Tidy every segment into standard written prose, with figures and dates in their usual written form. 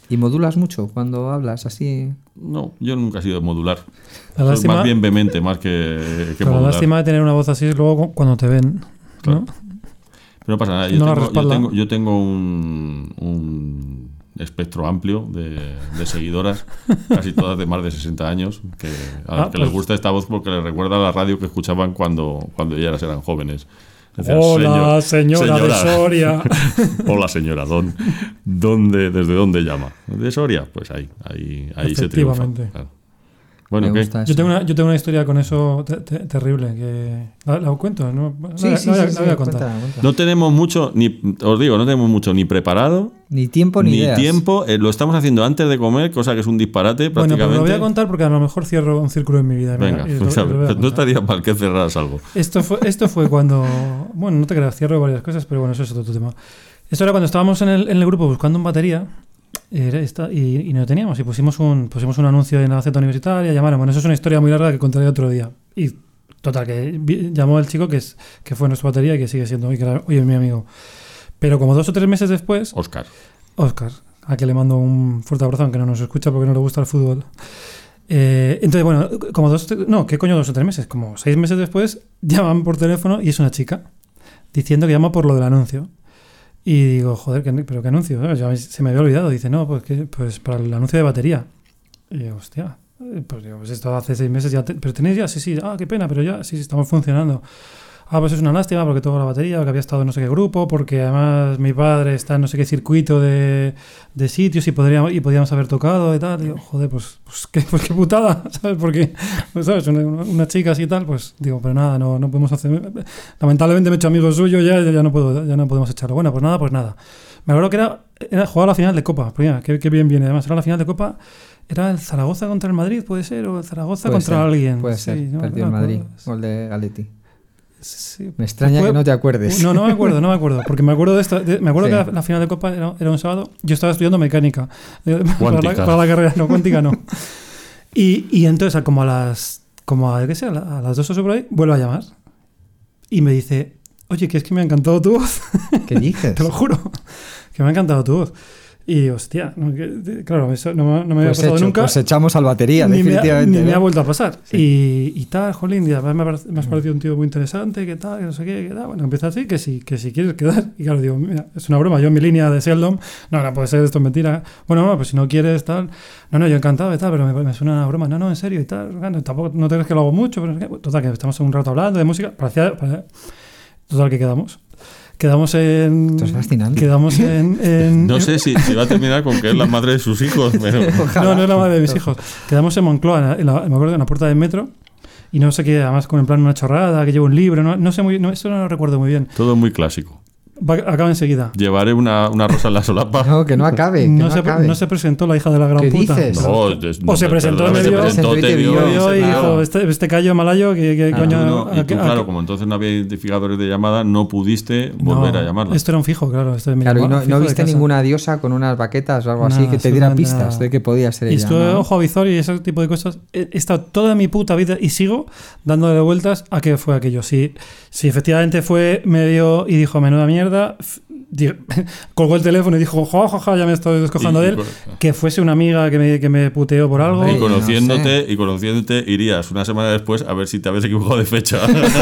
¿Y modulas mucho cuando hablas así? No, yo nunca he sido de modular. Soy más bien vehemente, más que modular. La lástima de tener una voz así es luego cuando te ven, claro. ¿no? Pero no pasa nada. Yo tengo un espectro amplio de seguidoras, casi todas de más de 60 años, a las que les gusta esta voz porque les recuerda a la radio que escuchaban cuando ellas eran jóvenes. Decían, hola, señora de Soria. Hola, señora, ¿desde dónde llama? ¿De Soria? Pues ahí se triunfa. Claro. Bueno, ¿qué? Yo tengo una historia con eso terrible que la cuento, ¿no? Sí, la voy a contar. Cuenta. No tenemos mucho, no tenemos mucho ni preparado, ni tiempo ni ideas. Lo estamos haciendo antes de comer, cosa que es un disparate prácticamente. Bueno, pero lo voy a contar porque a lo mejor cierro un círculo en mi vida. Venga, no estaría mal que cerraras algo. Esto fue cuando, bueno, no te creas, cierro varias cosas, pero bueno, eso es otro tema. Esto era cuando estábamos en el grupo buscando un batería. Y no lo teníamos y pusimos un anuncio en la Gaceta Universitaria, llamaron. Bueno, eso es una historia muy larga que contaré otro día. Y total, que llamó el chico que fue nuestra batería y que sigue siendo hoy es mi amigo. Pero como 2 o 3 meses después, Óscar, a que le mando un fuerte abrazo, aunque no nos escucha porque no le gusta el fútbol. Entonces, bueno, ¿qué coño 2 o 3 meses? Como 6 meses después llaman por teléfono y es una chica diciendo que llama por lo del anuncio. Y digo, joder, ¿pero qué anuncio? Ya se me había olvidado. Dice, no, pues para el anuncio de batería. Y digo, hostia, pues esto hace 6 meses ya. ¿Pero tenéis ya? Sí, qué pena, pero ya, sí, estamos funcionando. Pues es una lástima porque tengo la batería, que había estado en no sé qué grupo, porque además mi padre está en no sé qué circuito de sitios y podíamos haber tocado y tal. Y digo, joder, pues qué putada, ¿sabes? Porque, pues, ¿sabes? Una chica así y tal, pues digo, pero nada, no podemos hacer. Lamentablemente me he hecho amigo suyo, ya no podemos echarlo. Bueno, pues nada. Me acuerdo que era jugar la final de Copa, pues mira, qué bien viene. Además, era la final de Copa, era el Zaragoza contra el Madrid, puede ser, o el Zaragoza contra alguien. Puede ser, sí, perdió el Madrid, gol de Galetti. Sí, me extraña que no te acuerdes. No me acuerdo, porque me acuerdo de esto. Me acuerdo que la final de Copa era un sábado. Yo estaba estudiando mecánica para la carrera, no, cuántica no. Y entonces, como a las 2 o por ahí, vuelve a llamar y me dice, oye, que es que me ha encantado tu voz. ¿Qué dices? Te lo juro, que me ha encantado tu voz. Y hostia, claro, eso no me había pasado nunca. Pues echamos al batería, definitivamente. Ni me ha vuelto a pasar. Sí. Y tal, jolín, ya me has parecido un tío muy interesante, que tal, que no sé qué, que tal. Bueno, empieza así, que si quieres quedar. Y claro, digo, mira, es una broma. Yo en mi línea de Sheldon, no puede ser, esto es mentira. Bueno, pues si no quieres, tal. No, yo encantado y tal, pero me suena una broma. No, en serio y tal. Bueno, tampoco, no te crees que lo hago mucho, pero total, que estamos un rato hablando de música. Total, que quedamos. Quedamos en. Esto es fascinante. Quedamos en no sé si va a terminar con que es la madre de sus hijos. Pero... No es la madre de mis hijos. Quedamos en Moncloa, me acuerdo, en la puerta del metro. Y no sé qué, además con en plan una chorrada, que llevo un libro. No sé eso no lo recuerdo muy bien. Todo muy clásico. Acaba enseguida. Llevaré una rosa en la solapa. No, que no acabe. No se presentó la hija de la gran puta. ¿Qué dices? O se presentó y te vio y dijo, este callo malayo, que coño. Y tú, claro, como entonces no había identificadores de llamada, no pudiste volver a llamarla. Esto era un fijo, claro. Claro, y no viste ninguna diosa con unas baquetas o algo así que te diera pistas de que podía ser ella. Y estuve ojo a visor y ese tipo de cosas. He estado toda mi puta vida y sigo dándole vueltas a qué fue aquello. Si efectivamente fue, me vio y dijo, menuda mierda, colgó el teléfono y dijo, jajaja, ya me estoy descojando de él, que fuese una amiga que me puteó por algo. Y conociéndote, irías una semana después a ver si te habías equivocado de fecha.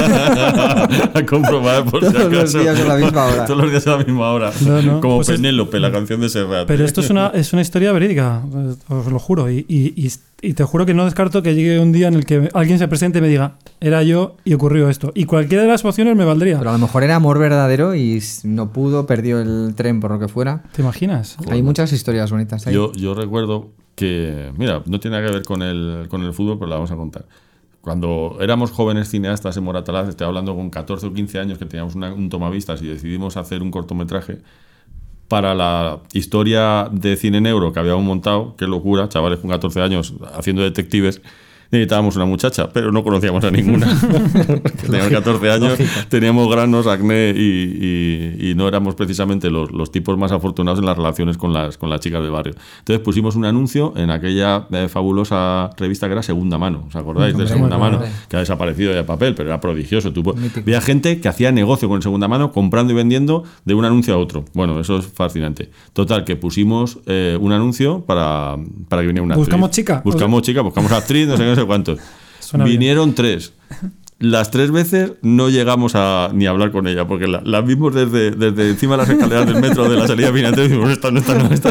A comprobar por todos si acaso. Los días a la misma hora. Todos los días a la misma hora. No. Como pues Penélope, la canción de Serrat. Pero esto es una historia verídica, os lo juro. Y te juro que no descarto que llegue un día en el que alguien se presente y me diga, era yo y ocurrió esto. Y cualquiera de las opciones me valdría. Pero a lo mejor era amor verdadero y no pudo, perdió el tren por lo que fuera. ¿Te imaginas? Hay muchas historias bonitas ahí. Yo recuerdo que, mira, no tiene nada que ver con el fútbol, pero la vamos a contar. Cuando éramos jóvenes cineastas en Moratalaz, estoy hablando con 14 o 15 años, que teníamos un tomavistas y decidimos hacer un cortometraje para la historia de cine negro que habíamos montado. Qué locura, chavales con 14 años haciendo detectives. necesitábamos una muchacha, pero no conocíamos a ninguna. Teníamos 14 años, teníamos granos, acné y no éramos precisamente los tipos más afortunados en las relaciones con las chicas del barrio. Entonces pusimos un anuncio en aquella fabulosa revista que era Segunda Mano, ¿os acordáis de Segunda Mano? Que ha desaparecido ya de papel, pero era prodigioso. Había gente que hacía negocio con Segunda Mano, comprando y vendiendo de un anuncio a otro. Bueno, eso es fascinante. Total, que pusimos un anuncio para que viniera una actriz. Buscamos actriz, no sé cuántos. Vinieron 3. Las 3 veces no llegamos ni a hablar con ella, porque las vimos desde encima de las escaleras del metro de la salida final y dijimos, esta no.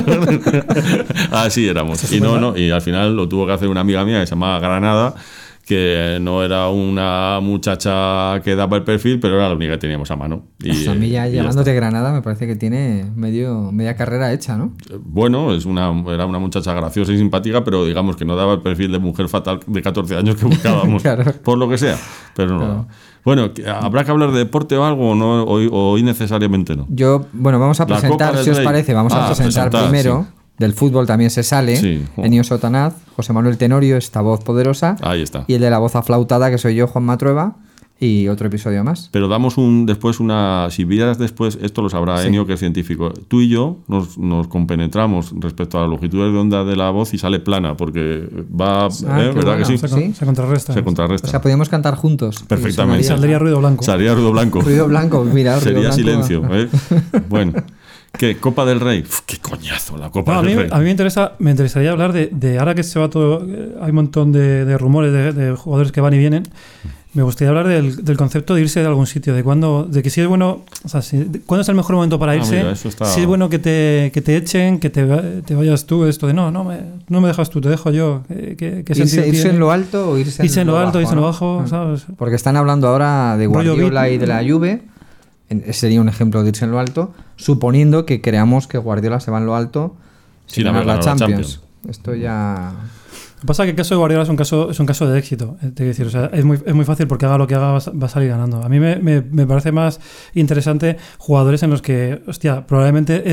Así éramos. Y al final lo tuvo que hacer una amiga mía que se llamaba Granada, que no era una muchacha que daba el perfil, pero era la única que teníamos a mano. Y a mí ya llamándote Granada me parece que tiene media carrera hecha, ¿no? Bueno, era una muchacha graciosa y simpática, pero digamos que no daba el perfil de mujer fatal de 14 años que buscábamos, claro. Por lo que sea. Pero no. Claro. Bueno, ¿habrá que hablar de deporte o algo o hoy necesariamente no? Vamos a presentar, si os parece, vamos a presentar primero... Sí. Del fútbol también se sale. Sí. Ennio Sotanaz, José Manuel Tenorio, esta voz poderosa. Ahí está. Y el de la voz aflautada, que soy yo, Juan Matrueva. Y otro episodio más. Pero damos después una... Si vieras después, esto lo sabrá Ennio, que es científico. Tú y yo nos compenetramos respecto a la longitud de onda de la voz y sale plana, porque va... ¿verdad bueno. Que sí? Se contrarresta. O sea, podíamos cantar juntos. Perfectamente. Saldría ruido blanco. Ruido blanco, mira. Sería blanco. Silencio. Bueno... ¿Qué? ¿Copa del Rey? ¡Qué coñazo la Copa del Rey! A mí me interesaría hablar de ahora que se va todo... Hay un montón de rumores de jugadores que van y vienen. Me gustaría hablar del concepto de irse de algún sitio, de que si es bueno... O sea, ¿cuándo es el mejor momento para irse? Mira, si es bueno que te echen, que te vayas tú, esto de no me dejas tú, te dejo yo. ¿Irse en lo alto o irse en lo alto, irse en lo bajo, ¿sabes? Porque están hablando ahora de Guardiola y de la Juve. Sería un ejemplo de irse en lo alto, suponiendo que creamos que Guardiola se va en lo alto sin ganar la Champions. Esto ya... Lo que pasa es que el caso de Guardiola es un caso de éxito. Es decir, o sea, es muy fácil porque haga lo que haga va a salir ganando. A mí me parece más interesante jugadores en los que, hostia, probablemente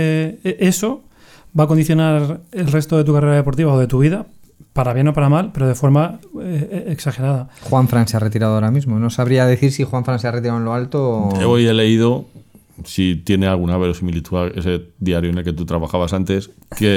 eso va a condicionar el resto de tu carrera deportiva o de tu vida, para bien o para mal, pero de forma exagerada. Juanfran se ha retirado ahora mismo. No sabría decir si Juanfran se ha retirado en lo alto o... Hoy he leído, si tiene alguna verosimilitud a ese diario en el que tú trabajabas antes,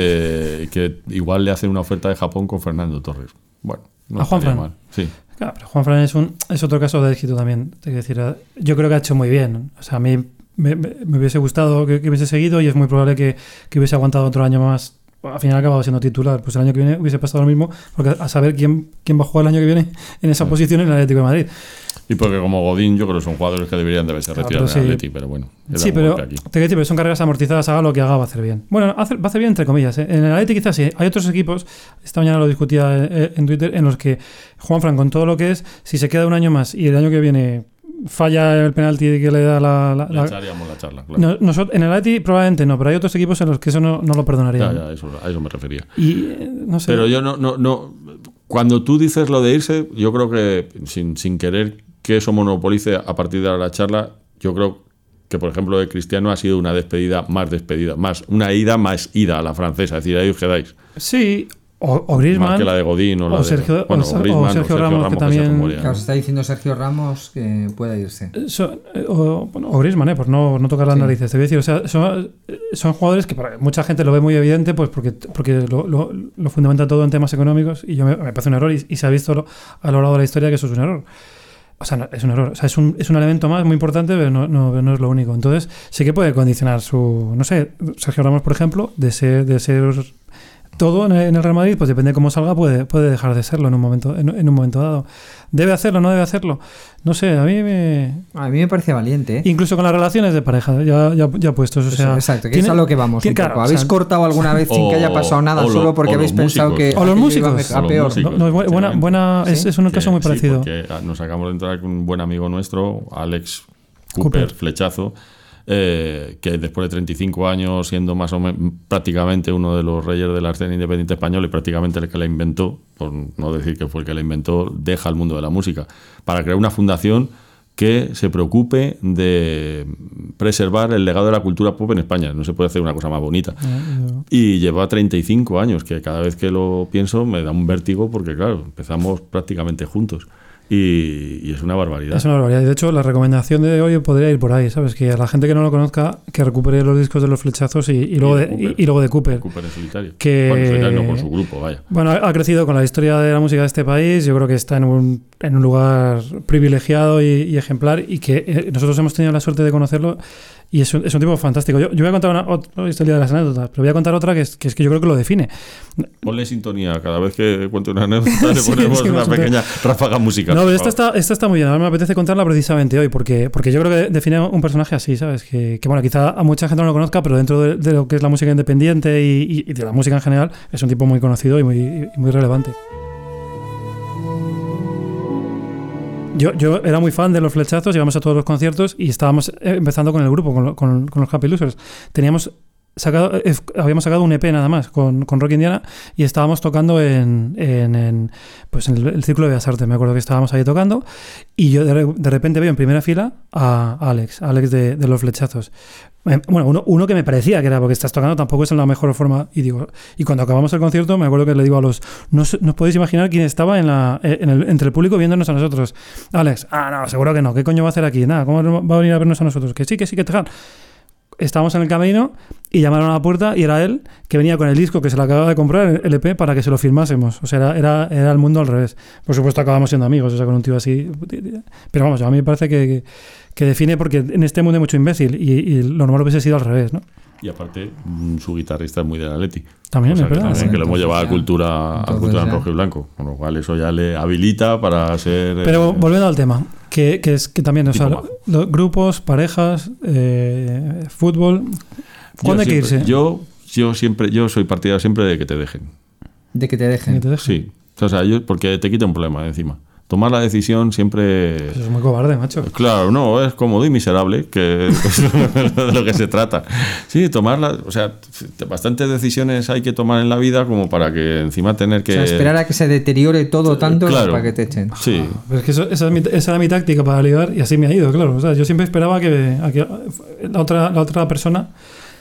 que igual le hacen una oferta de Japón con Fernando Torres. Bueno, no ¿a Juanfran? Mal. Sí. Claro, pero Juanfran es otro caso de éxito también. Es decir, yo creo que ha hecho muy bien. O sea, a mí me hubiese gustado que hubiese seguido y es muy probable que hubiese aguantado otro año más. Al final ha acabado siendo titular. Pues el año que viene hubiese pasado lo mismo, porque a saber quién va a jugar el año que viene en esa posición en el Atlético de Madrid. Y porque como Godín yo creo que son jugadores que deberían de haberse retirado en el Atlético, pero bueno. Sí, pero son carreras amortizadas, haga lo que haga, va a hacer bien. Bueno, va a hacer bien entre comillas. En el Atlético quizás sí. Hay otros equipos, esta mañana lo discutía en Twitter, en los que Juanfran, con todo lo que es, si se queda un año más y el año que viene falla el penalti que le da le echaríamos la charla, claro. Nosotros, en el Atleti probablemente no, pero hay otros equipos en los que eso no lo perdonarían. Ya, a eso me refería. Y no sé. Pero yo no. Cuando tú dices lo de irse, yo creo que sin querer que eso monopolice a partir de la charla, yo creo que, por ejemplo, de Cristiano ha sido una despedida, más una ida más ida a la francesa, es decir, ahí os quedáis. Sí. O Griezmann, más que la de Godín o Sergio Ramos, que también... Claro, se está diciendo Sergio Ramos que puede irse. O Griezmann, por no tocar las narices. Te voy a decir, o sea, son jugadores que para mucha gente lo ve muy evidente, pues porque lo fundamenta todo en temas económicos, y yo me parece un error, y se ha visto a lo largo de la historia que eso es un error. O sea, no, es un error. O sea, es un elemento más muy importante, pero no es lo único. Entonces, sí que puede condicionar su... No sé, Sergio Ramos, por ejemplo, de ser todo en el Real Madrid, pues depende de cómo salga, puede dejar de serlo en un momento dado. ¿Debe hacerlo? ¿No debe hacerlo? No sé, a mí me parece valiente, ¿eh? Incluso con las relaciones de pareja, ya puestos. O sea, exacto, que es a lo que vamos. Claro, ¿habéis cortado alguna vez sin que haya pasado nada solo porque habéis pensado que... O los músicos. A peor, ¿no? Es un caso muy parecido. Porque nos acabamos de entrar con un buen amigo nuestro, Alex Cooper. Flechazo, que después de 35 años siendo más o menos prácticamente uno de los reyes de la escena independiente española y prácticamente el que la inventó, por no decir que fue el que la inventó, deja el mundo de la música para crear una fundación que se preocupe de preservar el legado de la cultura pop en España. No se puede hacer una cosa más bonita. Y lleva 35 años, que cada vez que lo pienso me da un vértigo porque, claro, empezamos prácticamente juntos. Y es una barbaridad. Es una barbaridad. De hecho, la recomendación de hoy podría ir por ahí, ¿sabes? Que a la gente que no lo conozca, que recupere los discos de Los Flechazos y luego de Cooper. Cooper en solitario. Que, bueno, en solitario no, con su grupo, vaya. Bueno, ha crecido con la historia de la música de este país. Yo creo que está en un lugar privilegiado y ejemplar, y que nosotros hemos tenido la suerte de conocerlo. Y es un tipo fantástico. Yo voy a contar otra historia de las anécdotas, pero voy a contar otra que es que yo creo que lo define. Ponle sintonía. Cada vez que cuento una anécdota le ponemos una pequeña ráfaga musical. No, pero esta está muy bien. Ahora me apetece contarla precisamente hoy, porque yo creo que define un personaje así, ¿sabes? Que bueno, quizá a mucha gente no lo conozca, pero dentro de lo que es la música independiente y de la música en general, es un tipo muy conocido y muy relevante. Yo era muy fan de Los Flechazos, íbamos a todos los conciertos y estábamos empezando con el grupo, con los Happy Losers. Habíamos sacado un EP nada más con Rock Indiana y estábamos tocando en el Círculo de Bellas Artes. Me acuerdo que estábamos ahí tocando y yo de repente veo en primera fila a Alex de Los Flechazos. Bueno, uno que me parecía que era, porque estás tocando tampoco es en la mejor forma. Y cuando acabamos el concierto, me acuerdo que le digo a los... No os podéis imaginar quién estaba entre el público viéndonos a nosotros. Alex, no, seguro que no. ¿Qué coño va a hacer aquí? Nada, ¿cómo va a venir a vernos a nosotros? Que sí, que te dejan. Estábamos en el camino y llamaron a la puerta y era él que venía con el disco que se le acababa de comprar, el EP, para que se lo firmásemos. O sea, era el mundo al revés. Por supuesto acabamos siendo amigos, o sea, con un tío así. Pero vamos, a mí me parece que define, porque en este mundo hay mucho imbécil y lo normal hubiese sido al revés, ¿no? Y aparte, su guitarrista es muy del Atleti. También, es verdad. Que lo hemos llevado a cultura en rojo y blanco. Con lo cual eso ya le habilita para ser... Pero volviendo al tema, que también, o sea, los grupos, parejas, fútbol... ¿Cuándo hay que irse? Yo soy partidario siempre de que te dejen. ¿De que te dejen? Sí. O sea, porque te quita un problema de encima. Tomar la decisión siempre... Eso es muy cobarde, macho. Claro, no, es cómodo y miserable, que es de lo que se trata. Sí, tomarla... O sea, bastantes decisiones hay que tomar en la vida como para que encima tener que... O sea, esperar a que se deteriore todo tanto, claro, para que te echen. Sí. Pero es que esa era mi táctica para ligar y así me ha ido, claro. O sea, yo siempre esperaba a que la otra persona...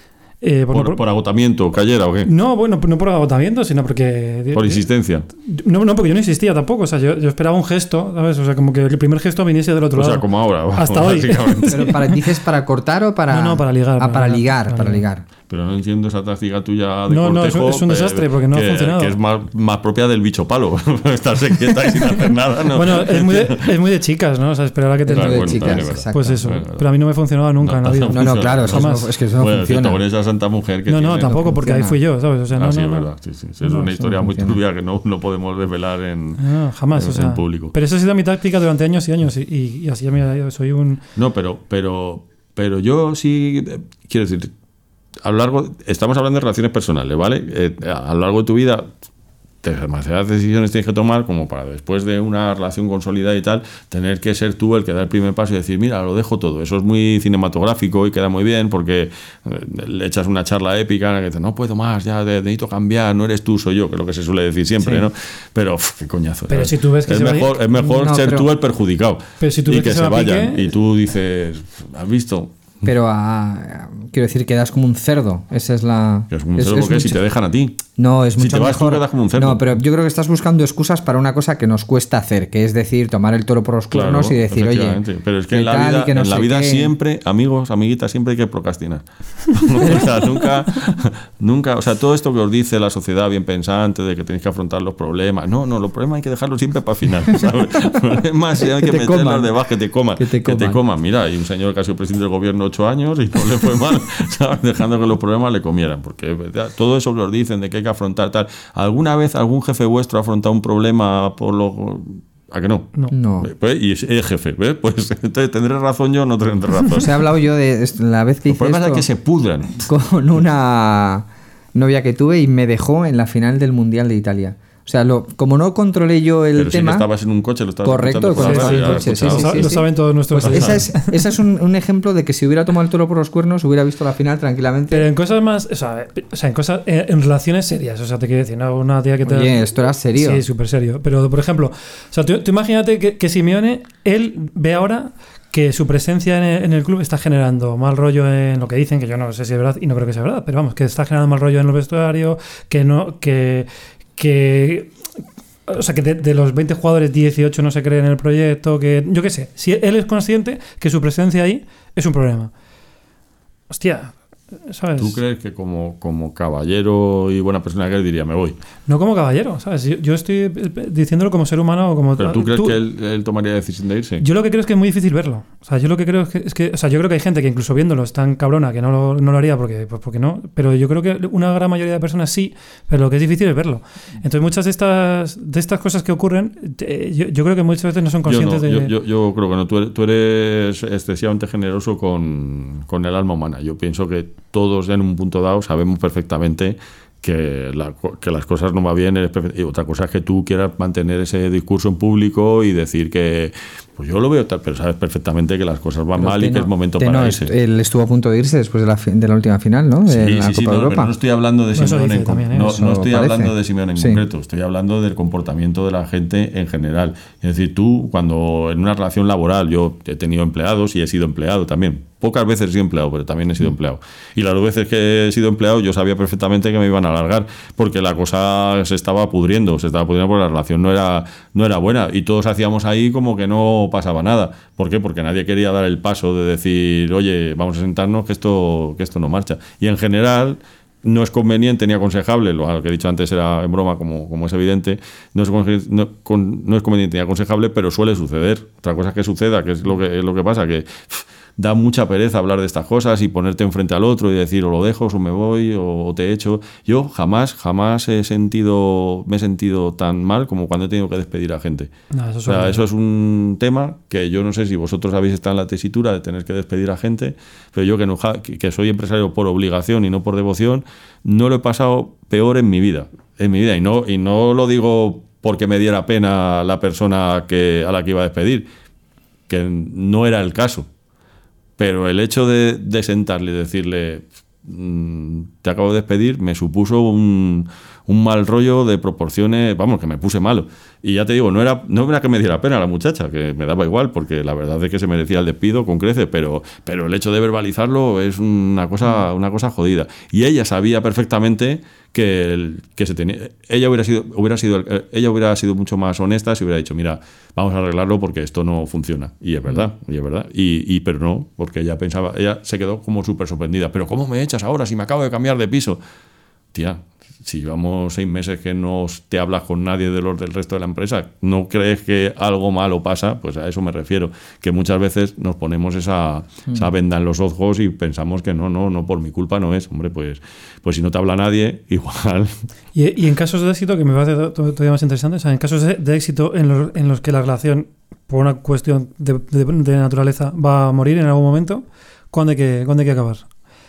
¿Por agotamiento cayera o qué? No, bueno, no por agotamiento, sino porque... ¿Por insistencia? No, porque yo no insistía tampoco. O sea, yo esperaba un gesto, ¿sabes? O sea, como que el primer gesto viniese del otro lado. O sea, como ahora. Hasta hoy. Pero ¿dices para cortar o para...? No, para ligar. Para ligar. Pero no entiendo esa táctica tuya de cortejo. No, es un desastre porque no ha funcionado. Que es más propia del bicho palo. Estarse quieta y sin hacer nada. ¿no? Bueno, es muy de chicas, ¿no? O sea, esperar a que te... Claro, de chicas, exacto. Pues eso. Pero a mí no me funcionaba nunca en la vida. No, claro. Jamás. Es que eso no funciona. Con esa santa mujer que no, tampoco, porque ahí fui yo, ¿sabes? O sea, sí, es verdad. Sí. Es una historia muy turbia que no podemos desvelar jamás, en público. Pero esa ha sido mi táctica durante años y años y así ya me soy un... No, pero yo sí... Quiero decir... estamos hablando de relaciones personales, ¿vale? A lo largo de tu vida, demasiadas decisiones tienes que tomar como para después de una relación consolidada y tal, tener que ser tú el que da el primer paso y decir, mira, lo dejo todo. Eso es muy cinematográfico y queda muy bien porque le echas una charla épica en la que dices, no puedo más, ya necesito cambiar, no eres tú, soy yo, que es lo que se suele decir siempre, sí. ¿no? Pero, qué coñazo. Pero si tú ves que es mejor ser tú el perjudicado pero si tú y ves que se vayan. Y tú dices, ¿has visto? Pero quiero decir, quedas como un cerdo. Esa es la... Es como un cerdo porque si te dejan a ti. No, es mucho mejor. Si te vas tú, quedas como un cerdo. No, pero yo creo que estás buscando excusas para una cosa que nos cuesta hacer, que es decir, tomar el toro por los cuernos y decir, oye... Pero es que en la vida siempre, amigos, amiguitas, siempre hay que procrastinar. O sea, nunca... O sea, todo esto que os dice la sociedad bien pensante de que tenéis que afrontar los problemas. No, los problemas hay que dejarlos siempre para el final, ¿sabes? Los problemas hay que meterlos debajo, que te coman. Mira, hay un señor que ha sido presidente del gobierno 8 años y no le fue mal, ¿sabes? Dejando que los problemas le comieran, porque todo eso que os dicen de que hay que afrontar tal. ¿Alguna vez algún jefe vuestro ha afrontado un problema por lo... ¿A que no? No. Pues, y es jefe, ¿ves? Pues entonces tendré razón yo, no tendré razón. Os he hablado yo de la vez que hice el problema esto es que se pudran. Con una novia que tuve y me dejó en la final del Mundial de Italia. O sea, como no controlé yo el pero tema... Si estabas en un coche, lo estabas correcto, escuchando. Correcto, en el coche. Sí. Lo saben todos nuestros... Pues esa es un ejemplo de que si hubiera tomado el toro por los cuernos, hubiera visto la final tranquilamente. Pero en cosas más... O sea, en relaciones serias. O sea, te quiero decir, ¿no? Una tía que te... Oye, ¿esto era serio? Sí, súper serio. Pero, por ejemplo, o sea, tú imagínate que Simeone, él ve ahora... que su presencia en el club está generando mal rollo en lo que dicen, que yo no sé si es verdad y no creo que sea verdad, pero vamos, que está generando mal rollo en el vestuario, que o sea, que de los 20 jugadores, 18 no se creen en el proyecto, que yo qué sé, si él es consciente que su presencia ahí es un problema. Hostia, ¿sabes? ¿Tú crees que como caballero y buena persona que él diría, me voy? No como caballero, ¿sabes? Yo estoy diciéndolo como ser humano o como... ¿Pero tú crees que él tomaría la decisión de irse? Yo lo que creo es que es muy difícil verlo. O sea, yo lo que creo es que o sea, yo creo que hay gente que incluso viéndolo es tan cabrona que no lo haría porque no, pero yo creo que una gran mayoría de personas sí, pero lo que es difícil es verlo. Entonces muchas de estas cosas que ocurren, yo creo que muchas veces no son conscientes de... Yo creo que no. Tú eres excesivamente generoso con el alma humana. Yo pienso que todos en un punto dado sabemos perfectamente que las cosas no van bien, y otra cosa es que tú quieras mantener ese discurso en público y decir que pues yo lo veo tal, pero sabes perfectamente que las cosas van mal y que es momento para irse. Él estuvo a punto de irse después de la última final, ¿no? De la Copa de Europa. Pero no estoy hablando de Simeone en concreto, estoy hablando del comportamiento de la gente en general. Es decir, tú cuando en una relación laboral, yo he tenido empleados y he sido empleado también. Pocas veces he sido empleado, pero también he sido empleado. Y las 2 veces que he sido empleado yo sabía perfectamente que me iban a alargar porque la cosa se estaba pudriendo porque la relación no era buena y todos hacíamos ahí como que no pasaba nada. ¿Por qué? Porque nadie quería dar el paso de decir, oye, vamos a sentarnos que esto no marcha. Y en general no es conveniente ni aconsejable, lo que he dicho antes era en broma, como es evidente, no es conveniente ni aconsejable, pero suele suceder. Otra cosa es que suceda, que es lo que pasa, que da mucha pereza hablar de estas cosas y ponerte enfrente al otro y decir o lo dejo o me voy o te echo. Yo jamás me he sentido tan mal como cuando he tenido que despedir a gente. Eso es un tema que yo no sé si vosotros habéis estado en la tesitura de tener que despedir a gente, pero yo que soy empresario por obligación y no por devoción, no lo he pasado peor en mi vida. Y no lo digo porque me diera pena la persona a la que iba a despedir, que no era el caso. Pero el hecho de sentarle y decirle te acabo de despedir me supuso un mal rollo de proporciones, vamos, que me puse malo. Y ya te digo, no era que me diera pena la muchacha, que me daba igual, porque la verdad es que se merecía el despido con creces, pero el hecho de verbalizarlo es una cosa jodida. Y ella sabía perfectamente que se tenía. Ella hubiera sido mucho más honesta si hubiera dicho, mira, vamos a arreglarlo porque esto no funciona. Y es verdad. Pero no, porque ella se quedó como súper sorprendida. Pero ¿cómo me echas ahora si me acabo de cambiar de piso? Tía, si llevamos 6 meses que no te hablas con nadie de los del resto de la empresa, ¿no crees que algo malo pasa? Pues a eso me refiero, que muchas veces nos ponemos esa venda en los ojos y pensamos que no, por mi culpa no es. Hombre, pues si no te habla nadie, igual. Y en casos de éxito, que me parece todavía más interesante, o sea, en casos de éxito en los que la relación, por una cuestión de naturaleza, va a morir en algún momento, ¿cuándo hay que acabar?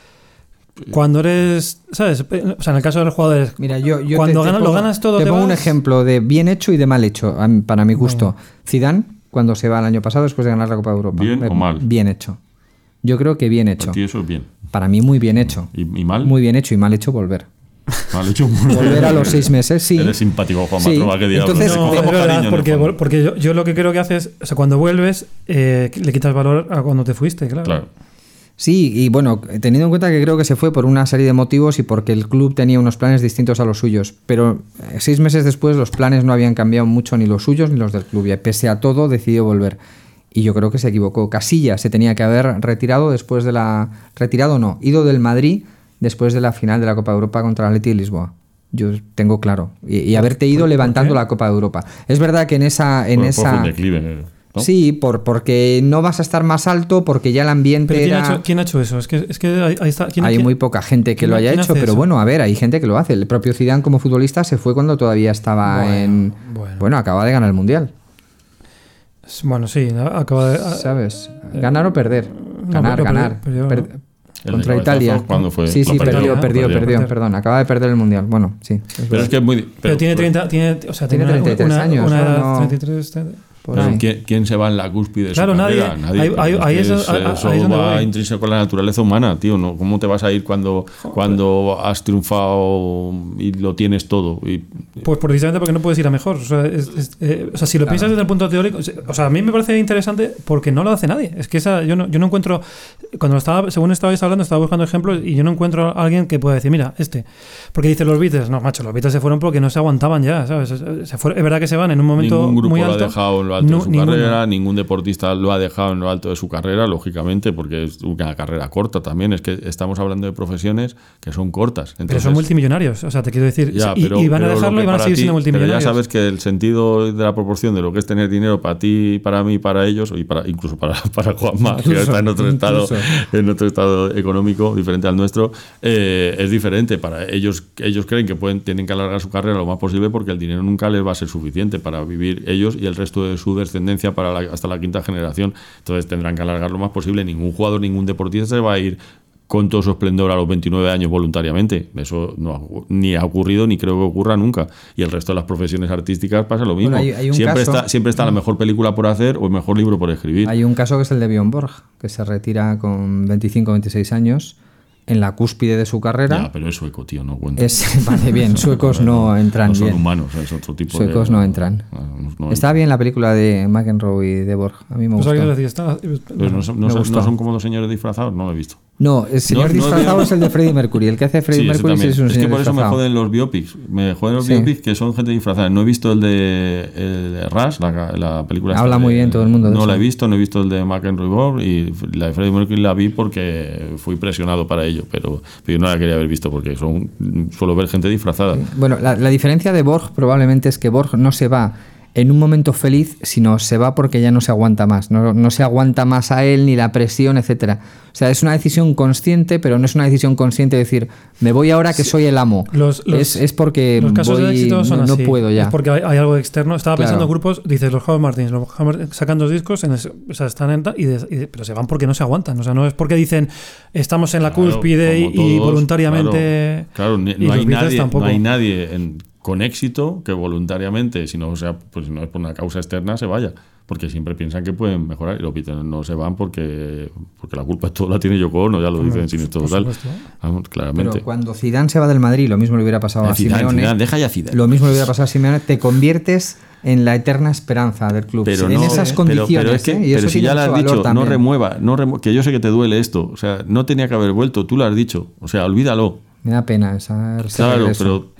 Cuando eres, ¿sabes? O sea, en el caso de los jugadores, mira, yo cuando lo ganas todo, te pongo un ejemplo de bien hecho y de mal hecho, para mi gusto. Zidane, cuando se va el año pasado después de ganar la Copa de Europa. ¿Bien o mal? Bien hecho. Yo creo que bien hecho. Para ti eso es bien. Para mí muy bien hecho. ¿Y mal? Muy bien hecho y mal hecho volver. Mal hecho volver a los 6 meses, sí. Eres simpático, Juan Matrova, que diablos. Entonces, no, es verdad, porque yo lo que creo que haces, o sea, cuando vuelves, le quitas valor a cuando te fuiste, claro. Sí, y bueno, teniendo en cuenta que creo que se fue por una serie de motivos y porque el club tenía unos planes distintos a los suyos, pero 6 meses después los planes no habían cambiado mucho, ni los suyos ni los del club, y pese a todo decidió volver. Y yo creo que se equivocó. Casillas se tenía que haber retirado después de la... Retirado no, ido del Madrid después de la final de la Copa de Europa contra el Athletic de Lisboa. Yo tengo claro. Y haberte ido levantando la Copa de Europa. Es verdad que en esa... Por declive, ¿no? Sí, porque no vas a estar más alto, porque ya el ambiente ¿Pero quién ha hecho eso? Es que ahí está. Hay muy poca gente que lo haya hecho, pero bueno, a ver, hay gente que lo hace. El propio Zidane como futbolista se fue cuando todavía estaba acaba de ganar el Mundial. Bueno, sí, acaba de... ¿Sabes? Ganar o perder. Ganar. Contra Italia. ¿Cuándo fue? Sí, perdió, perdón. Acaba de perder el Mundial. Bueno, sí. Pero es que es muy... Pero tiene 33 años. Una edad 33... ¿Quién se va en la cúspide de su carrera? Nadie. Eso va intrínseco con la naturaleza humana, tío. ¿No? ¿Cómo te vas a ir cuando has triunfado y lo tienes todo? Pues precisamente porque no puedes ir a mejor. O sea, si lo piensas desde el punto teórico, o sea, a mí me parece interesante porque no lo hace nadie. Es que yo no encuentro, según estabais hablando, estaba buscando ejemplos y yo no encuentro a alguien que pueda decir, mira, porque dice los Beatles, no, macho, los Beatles se fueron porque no se aguantaban ya, ¿sabes? Es verdad que se van en un momento muy alto. Ningún grupo lo ha dejado en lo alto de su carrera, ningún deportista lo ha dejado en lo alto de su carrera, lógicamente, porque es una carrera corta también. Es que estamos hablando de profesiones que son cortas. Entonces, pero son multimillonarios, o sea, te quiero decir, y van a dejarlo y van a seguir siendo multimillonarios. Pero ya sabes que el sentido de la proporción de lo que es tener dinero para ti, para mí, para ellos, y incluso para Juanma, que está en otro estado económico diferente al nuestro, es diferente. Para ellos creen que tienen que alargar su carrera lo más posible porque el dinero nunca les va a ser suficiente para vivir ellos y el resto de su descendencia hasta la quinta generación. Entonces tendrán que alargar lo más posible. Ningún jugador, ningún deportista se va a ir con todo su esplendor a los 29 años voluntariamente. Eso ni ha ocurrido ni creo que ocurra nunca. Y el resto de las profesiones artísticas pasa lo mismo. Bueno, hay siempre está la mejor película por hacer o el mejor libro por escribir. Hay un caso que es el de Björn Borg, que se retira con 25 o 26 años en la cúspide de su carrera. Ya, pero es sueco, tío, no cuenta. Vale, bien, suecos no entran bien. No son humanos, es otro tipo suecos no entran. Está bien la película de McEnroe y de Borg, a mí me gustó. Pero no son como dos señores disfrazados, no lo he visto. No, el señor disfrazado es el de Freddie Mercury. El que hace Freddie Mercury es un señor disfrazado. Es que por eso me joden los biopics. Biopics que son gente disfrazada. No he visto el de Rush, la película. Habla muy bien todo el mundo de eso. No la he visto, no he visto el de McEnroe Borg y la de Freddie Mercury la vi porque fui presionado para ello, pero yo no la quería haber visto porque suelo ver gente disfrazada. Bueno, la diferencia de Borg probablemente es que Borg no se va en un momento feliz, sino se va porque ya no se aguanta más. No se aguanta más a él, ni la presión, etcétera. O sea, es una decisión consciente, pero no es una decisión consciente de decir, me voy ahora que soy el amo. Es porque los casos de éxito son no así. Puedo ya. Es porque hay algo externo. Estaba pensando en grupos, dices, los Howard Martins, sacan 2 discos, o sea, están en pero se van porque no se aguantan. O sea, no es porque dicen, estamos en la cúspide y voluntariamente... Claro, no hay nadie con éxito que voluntariamente, si no es por una causa externa, se vaya. Porque siempre piensan que pueden mejorar y los Beatles no se van porque la culpa de todo la tiene Yoko Ono, ya lo dicen sin esto total. Vamos, claramente. Pero cuando Zidane se va del Madrid, lo mismo le hubiera pasado a Simeone. Zidane, deja ya Zidane. Lo mismo le hubiera pasado a Simeone. Te conviertes en la eterna esperanza del club. Pero en esas condiciones. Pero si ya lo has dicho, no remueva, que yo sé que te duele esto. O sea, no tenía que haber vuelto, tú lo has dicho. O sea, olvídalo. Me da pena esa Claro,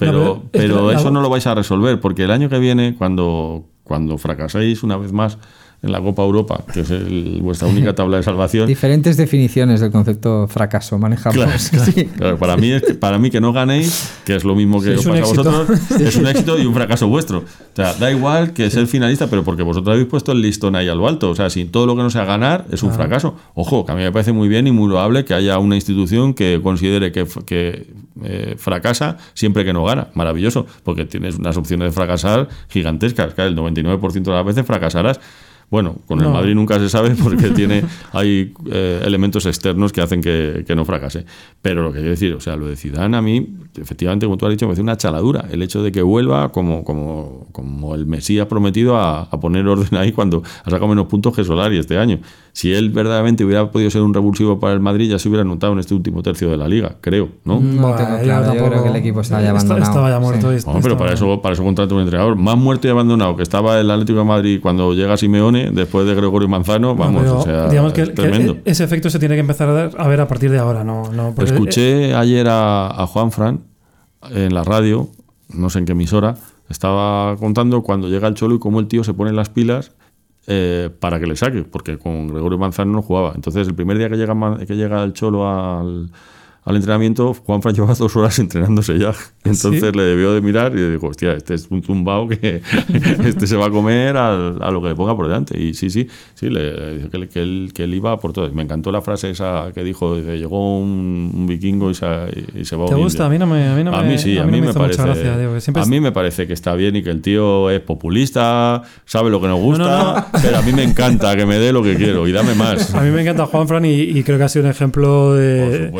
pero eso no lo vais a resolver, porque el año que viene, cuando fracaséis una vez más en la Copa Europa, que es vuestra única tabla de salvación. Diferentes definiciones del concepto fracaso manejamos. Claro, sí. Claro, para mí que no ganéis, que es lo mismo que os pasa a vosotros, es un éxito y un fracaso vuestro. O sea, da igual que ser finalista, pero porque vosotros habéis puesto el listón ahí a lo alto. O sea, si todo lo que no sea ganar es un fracaso. Ojo, que a mí me parece muy bien y muy loable que haya una institución que considere que fracasa siempre que no gana. Maravilloso, porque tienes unas opciones de fracasar gigantescas. Claro, el 99% de las veces fracasarás. Bueno, con el Madrid nunca se sabe porque hay elementos externos que hacen que no fracase. Pero lo que quiero decir, o sea, lo de Zidane a mí, efectivamente, como tú has dicho, me parece una chaladura. El hecho de que vuelva como el Mesías prometido a poner orden ahí cuando ha sacado menos puntos que Solari este año. Si él verdaderamente hubiera podido ser un revulsivo para el Madrid, ya se hubiera notado en este último tercio de la Liga, creo, ¿no? No tengo claro, yo creo que el equipo estaba ya abandonado. Estaba ya muerto. Sí. Pero para eso contrata un entrenador. Más muerto y abandonado que estaba el Atlético de Madrid cuando llega Simeone, después de Gregorio Manzano, o sea, digamos que tremendo. Ese efecto se tiene que empezar a ver a partir de ahora, ¿no? Escuché ayer a Juanfran en la radio, no sé en qué emisora, estaba contando cuando llega el Cholo y cómo el tío se pone las pilas para que le saque, porque con Gregorio Manzano no jugaba. Entonces, el primer día que llega el Cholo al entrenamiento, Juanfran llevaba 2 horas entrenándose ya. Entonces le debió de mirar y le dijo, hostia, este es un zumbao que este se va a comer a lo que le ponga por delante. Y sí, le dijo que él iba por todo. Me encantó la frase esa que dijo, llegó un vikingo y se va a ¿Te gusta? A mí no me a mí sí, a mí me parece gracia, Diego, a mí me parece que está bien y que el tío es populista, sabe lo que nos gusta, pero a mí me encanta que me dé lo que quiero y dame más. A mí me encanta Juanfran y creo que ha sido un ejemplo de... Por supuesto, vamos.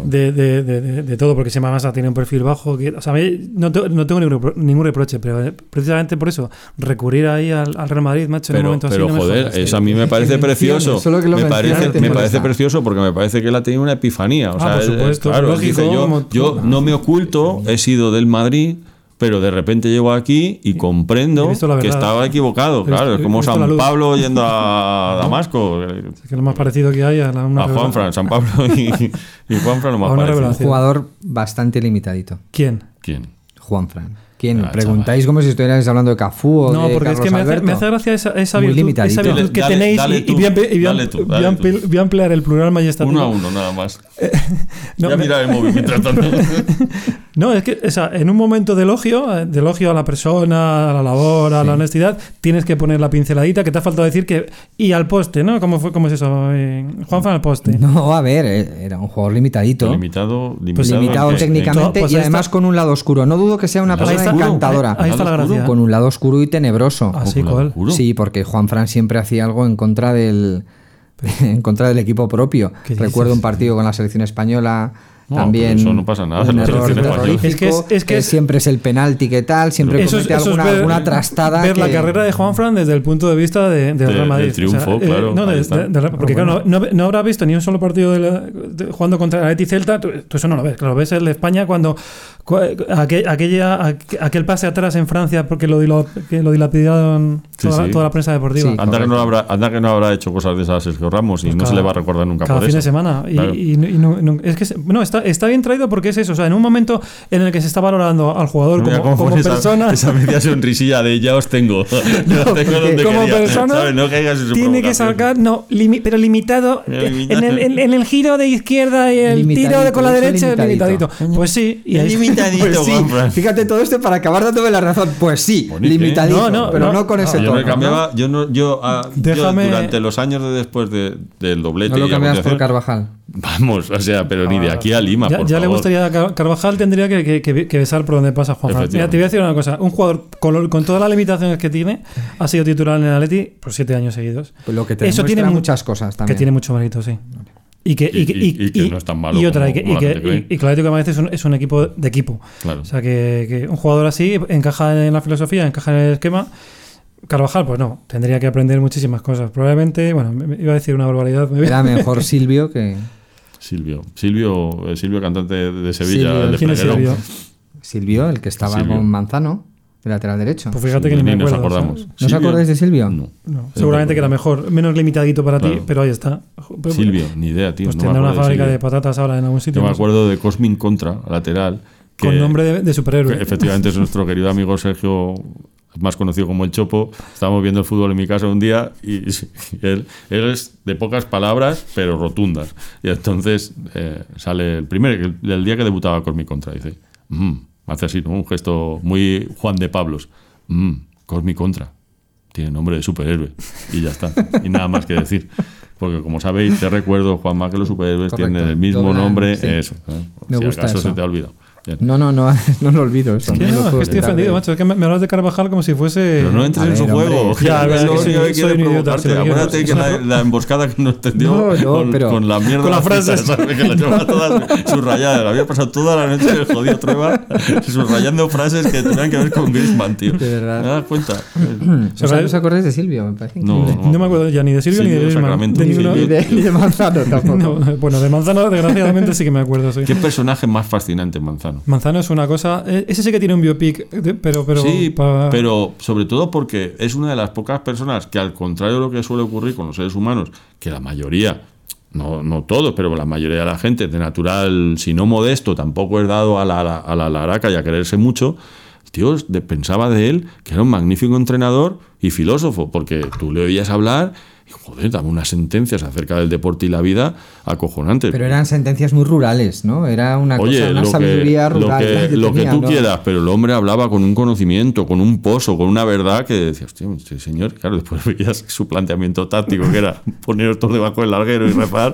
de todo, porque Massa tiene un perfil bajo. O sea, no tengo ningún reproche, pero precisamente por eso, recurrir ahí al Real Madrid, macho, en un momento pero así. Pero joder, eso a mí me parece precioso. Me parece precioso porque me parece que él ha tenido una epifanía. O sea, por supuesto, claro, lógico, dice, yo no me oculto, he sido del Madrid, pero de repente llego aquí y comprendo que estaba equivocado. Claro, es como San Pablo yendo a Damasco. Es que lo más parecido que hay a Juanfran, San Pablo y Juanfran lo más parecido. Un jugador bastante limitadito. ¿Quién? Juanfran. ¿Quién? Preguntáis como si estuvierais hablando de Cafú o de porque Carlos es que me hace gracia esa virtud que tenéis y voy a emplear el plural majestativo. 1 a 1 nada más. Voy a mirar el móvil mientras tanto. No, es que en un momento de elogio a la persona, a la labor, a la honestidad, tienes que poner la pinceladita que te ha faltado decir que y al poste, ¿no? ¿Cómo es eso? Juanfran al poste. No, a ver, era un jugador limitadito. Limitado técnicamente y además con un lado oscuro. No dudo que sea una persona encantadora. Ahí está la gracia. Con un lado oscuro y tenebroso. ¿Así cuál? Sí, porque Juanfran siempre hacía algo en contra del equipo propio. Recuerdo un partido con la selección española. También eso no pasa nada. Un error terrorífico, es que siempre es el penalti que tal, siempre comete alguna trastada. Ver la carrera de Juanfran desde el punto de vista del Real Madrid. Del triunfo, claro. Porque claro, no habrá visto ni un solo partido jugando contra el Atleti Celta. Tú eso no lo ves. Claro, ves el de España cuando aquel pase atrás en Francia porque lo dilapidaron toda la prensa deportiva. Sí, anda que no habrá hecho cosas de esas a Sergio Ramos y no se le va a recordar nunca por eso. Cada fin de semana. Claro. Es que está bien traído porque es eso. O sea, en un momento en el que se está valorando al jugador como persona. Esa media sonrisilla de ya os tengo. Como persona, ¿sabes? No caigas en su tiene que sacar, pero limitado. En el giro de izquierda y el tiro con la derecha, limitadito. Pues sí. Y limitadito, pues sí. Fíjate todo esto para acabar dándome la razón. Pues sí, limitadito. Pero no con ese tono. Yo me cambiaba. Yo durante los años después del doblete. No lo cambias por Carvajal. Vamos, o sea, pero ni de aquí a Lima. Ya le gustaría a Carvajal, tendría que besar por donde pasa Juanfran. Mira, te voy a decir una cosa. Un jugador con todas las limitaciones que tiene ha sido titular en el Atleti por 7 años seguidos. Pues lo que te eso tiene muchas cosas también. Que tiene mucho mérito, sí. Y que no es tan malo. Y que el Atlético de Madrid es un equipo de equipo. Claro. O sea, que un jugador así encaja en la filosofía, encaja en el esquema. Carvajal, pues no, tendría que aprender muchísimas cosas. Probablemente, bueno, me iba a decir una barbaridad. Era mejor Silvio que... Silvio, cantante de Sevilla. ¿Quién es Silvio? Silvio, el que estaba con Manzano, el lateral derecho. Pues fíjate que ni me acuerdo. Nos acordamos. ¿No os acordáis de Silvio? No. Seguramente que era mejor, menos limitadito para ti, pero ahí está. Silvio, ni idea, tío. Pues tendrá una fábrica de patatas ahora en algún sitio. Yo me acuerdo de Cosmin Contra, lateral. Con nombre de superhéroe. Efectivamente es nuestro querido amigo Sergio, más conocido como el Chopo. Estábamos viendo el fútbol en mi casa un día y él es de pocas palabras pero rotundas, y entonces sale el día que debutaba Cosmi Contra, dice hace así, ¿no? Un gesto muy Juan de Pablos, Cosmi Contra tiene nombre de superhéroe, y ya está, y nada más que decir, porque como sabéis, te recuerdo, Juanma, que los superhéroes tienen el mismo nombre, sí. Eso, me si gusta acaso eso. se te ha olvidado. No lo olvido. Eso. Es que estoy ofendido, macho. Es que me hablas de Carvajal como si fuese... Pero no entres en su juego. Ya, soy un idiota. Acuérdate que la emboscada que nos tendió con la mierda... Con la frase. Que la llevaba todas subrayadas. La había pasado toda la noche el jodido Trueba subrayando frases que tenían que ver con Griezmann, tío. De verdad. ¿Me das cuenta? ¿No os acordáis de Silvio? Me parece no me acuerdo ya ni de Silvio ni de Griezmann. Ni de Manzano tampoco. Bueno, de Manzano desgraciadamente sí que me acuerdo. ¿Qué personaje más fascinante Manzano? Manzano es una cosa... Ese sí que tiene un biopic, pero sí, pero sobre todo porque es una de las pocas personas que, al contrario de lo que suele ocurrir con los seres humanos, que la mayoría, no todos, pero la mayoría de la gente de natural, si no modesto, tampoco es dado a la laraca y a quererse mucho. Tío, pensaba de él que era un magnífico entrenador y filósofo, porque tú le oías hablar y, joder, daba unas sentencias acerca del deporte y la vida acojonantes. Pero eran sentencias muy rurales, ¿no? Era una sabiduría rural. Lo que tú quieras, pero el hombre hablaba con un conocimiento, con un pozo, con una verdad que decías, hostia, este señor, claro, después veías su planteamiento táctico, que era poneros todo debajo del larguero y rezar.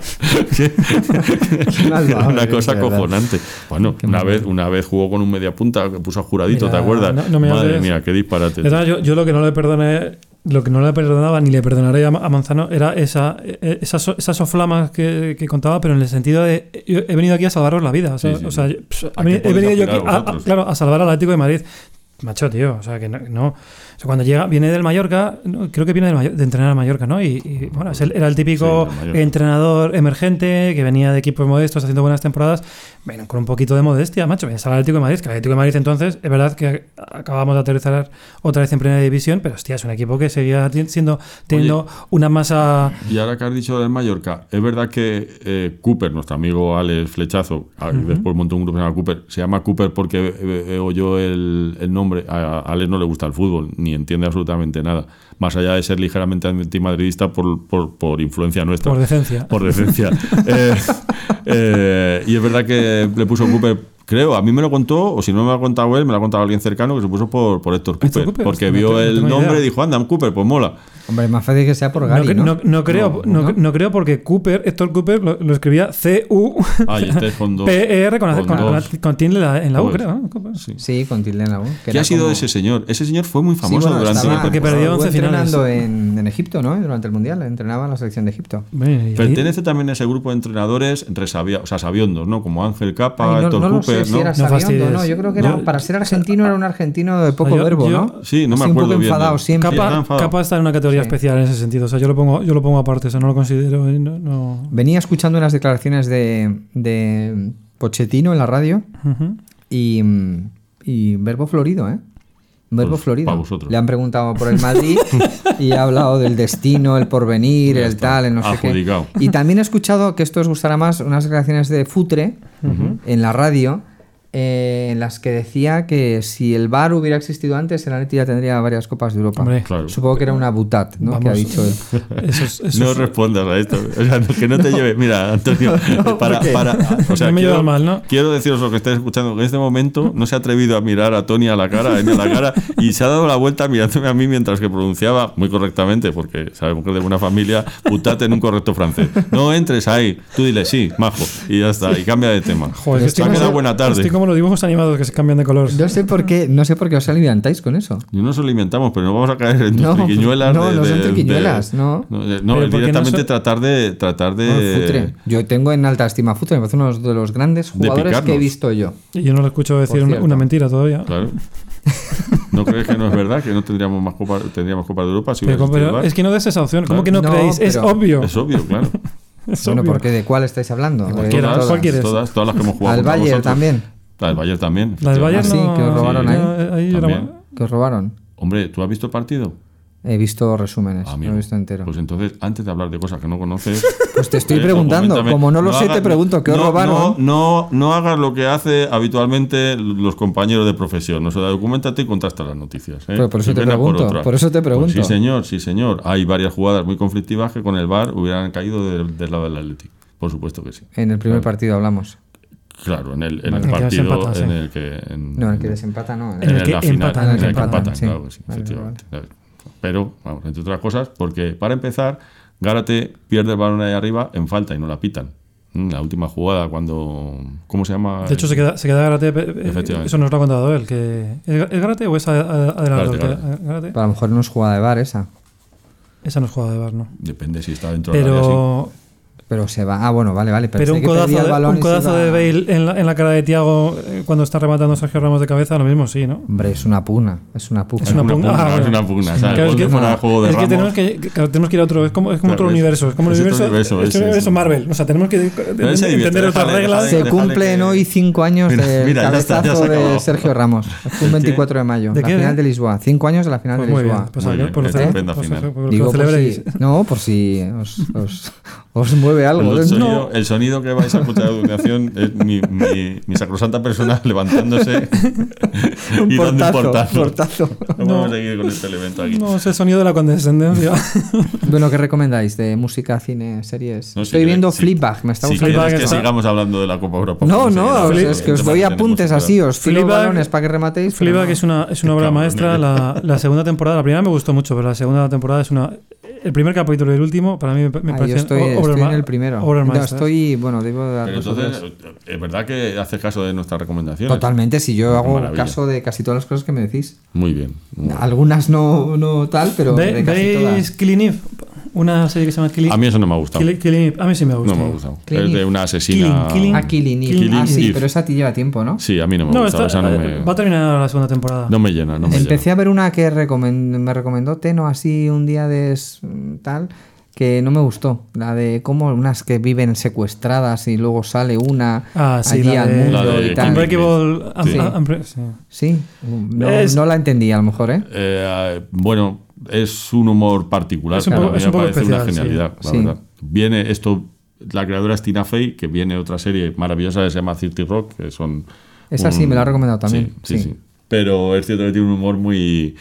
Una cosa acojonante. Bueno, una vez jugó con un mediapunta que puso a Juradito, ¿te acuerdas? No me Madre mía, qué disparate. Yo lo que no le perdoné lo que no le perdonaba ni le perdonaré a Manzano era esas soflamas que contaba, pero en el sentido de he venido aquí a salvaros la vida. He venido yo aquí a salvar al Atlético de Madrid. Macho, tío, o sea, que no. O sea, cuando viene del Mallorca, creo que viene de entrenar al Mallorca, ¿no? Y bueno, era el típico entrenador emergente que venía de equipos modestos haciendo buenas temporadas. Bueno, con un poquito de modestia, macho, vienes al Atlético de Madrid, que el Atlético de Madrid entonces, es verdad que acabamos de aterrizar otra vez en primera división, pero hostia, es un equipo que seguía teniendo una masa... Y ahora que has dicho del Mallorca, es verdad que Cooper, nuestro amigo Alex Flechazo, después montó un grupo que se llama Cooper, se llama Cooper porque oyó el nombre, a Alex no le gusta el fútbol, ni entiende absolutamente nada, más allá de ser ligeramente antimadridista por influencia nuestra. Por decencia. Por decencia. Y es verdad que le puso Cooper, creo, a mí me lo contó, o si no me lo ha contado él, me lo ha contado alguien cercano, que se puso por Héctor Cooper, porque vio el nombre y dijo, anda, Cooper, pues mola. Hombre, más fácil que sea por Gary, ¿no? No creo porque Héctor Cooper lo escribía C-U-P-E-R con tilde en la U, creo, ¿no? Sí, con tilde en la U. ¿Qué ha sido de ese señor? Ese señor fue muy famoso durante... Porque perdió 11 finales. Entrenando en Egipto, ¿no? Durante el Mundial, entrenaba en la selección de Egipto. Pertenece también a ese grupo de entrenadores sabiondos, ¿no? Como Ángel Capa, Héctor Cooper, sé si era sabiondo, ¿no? Yo creo que para ser argentino era un argentino de poco verbo, ¿no? Sí, no me acuerdo bien. Un poco enfadado siempre. Capa está en una categoría especial en ese sentido. O sea, yo lo pongo aparte, o sea, no lo considero. No. Venía escuchando unas declaraciones de Pochettino en la radio y verbo florido, ¿eh? Verbo florido. Le han preguntado por el Madrid y ha hablado del destino, el porvenir, el tal, el no sé qué. Y también he escuchado, que esto os gustará más, unas declaraciones de Futre en la radio, en las que decía que si el VAR hubiera existido antes, el Atleti ya tendría varias Copas de Europa. Hombre, claro. Supongo que era una butat, ¿no? Que ha dicho él. No respondas a esto. O sea, que no te lleve. Mira, Antonio, o sea, quiero deciros lo que estáis escuchando, que en este momento no se ha atrevido a mirar a Tony a la cara, y se ha dado la vuelta mirándome a mí mientras que pronunciaba muy correctamente, porque sabemos que es de buena familia, butat en un correcto francés. No entres ahí, tú dile sí, majo, y ya está, y cambia de tema. Joder, te ha quedado buena tarde. Estoy como los dibujos animados que se cambian de color. No sé por qué os alimentáis con eso. No nos alimentamos, pero no vamos a caer en triquiñuelas. No son triquiñuelas, no. Directamente tratar de... Futre. Yo tengo en alta estima a Futre, me parece uno de los grandes jugadores que he visto yo. Y yo no lo escucho decir una mentira todavía. Claro. ¿No crees que no es verdad? Que no tendríamos Copas de Europa si pero es que no des esa opción. ¿Cómo que no creéis? Es obvio. Es obvio, claro. Bueno, porque ¿de cuál estáis hablando? Todas las que hemos jugado. Al Bayern también. La del Bayern también. La del Bayern sí, que os robaron ahí. Que os robaron. Hombre, ¿tú has visto el partido? He visto resúmenes, no he visto entero. Pues entonces, antes de hablar de cosas que no conoces... Pues te estoy preguntando. Como no lo sé, te pregunto, ¿qué os robaron? No hagas lo que hace habitualmente los compañeros de profesión. O sea, documéntate y contrasta las noticias. Pero por eso te pregunto. Pues sí, señor. Hay varias jugadas muy conflictivas que con el VAR hubieran caído del lado del Atlético. Por supuesto que sí. En el primer partido hablamos. Claro, en el partido en el que... No, el que desempata no. En la final, en el que empatan, sí. claro que sí, efectivamente. Vale. Pero, vamos, entre otras cosas, porque para empezar, Gárate pierde el balón ahí arriba en falta y no la pitan. La última jugada cuando... ¿Cómo se llama? De hecho, se queda Gárate. Eso nos lo ha contado él. ¿Es Gárate o es adelantado? Gárate. A lo mejor no es jugada de VAR esa. Esa no es jugada de VAR, ¿no? Depende si está dentro del área, sí. Pero se va. Ah, bueno, vale. Pero un codazo de Bale en la cara de Thiago cuando está rematando Sergio Ramos de cabeza, lo mismo sí, ¿no? Hombre, es una pugna. Es una pugna. ¿Sabes? Es que tenemos que ir a otro. Es como otro universo. Es como el universo Marvel. O sea, tenemos que entender otras reglas. Se cumplen hoy 5 años del cabezazo de Sergio Ramos. Fue un 24 de mayo. La final de Lisboa. 5 años de la final de Lisboa. Digo, por si os mueve algo. El sonido que vais a escuchar a continuación es mi sacrosanta persona levantándose y dando un portazo. No vamos a seguir con este elemento aquí. No, es el sonido de la condescendencia. Bueno, ¿qué recomendáis? ¿De música, cine, series? Estoy viendo Fleabag. Me está gustando. Si que sigamos hablando de la Copa Europa. No, es que os doy apuntes así, os tiro balones para que rematéis. Fleabag es una obra maestra. La segunda temporada, la primera me gustó mucho, pero la segunda temporada es el primer capítulo y el último, para mí me parece. Yo estoy en el primero. Debo dar. Pero entonces, es verdad que haces caso de nuestras recomendaciones. Totalmente, si yo hago caso de casi todas las cosas que me decís. Muy bien. Algunas no tal, pero de casi todas. ¿Veis Killing Eve? Una serie que se llama Killing Eve. A mí eso no me ha gustado. A mí sí me ha gustado. No me ha gustado. Es de una asesina. Killing Eve. Sí, pero esa te lleva tiempo, ¿no? Sí, a mí no me ha gustado. Va a terminar la segunda temporada. No me llena. Empecé a ver una que me recomendó Teno así un día de tal, que no me gustó. La de como unas que viven secuestradas y luego sale una allí al mundo y tal. Unbreakable. Sí. No la entendí a lo mejor, bueno, es un humor particular. Es un poco parece especial, una genialidad, la verdad. Viene esto, la creadora es Tina Fey, que viene otra serie maravillosa que se llama 30 Rock, que son... Esa sí, me la ha recomendado también. Sí. Pero es cierto que tiene un humor muy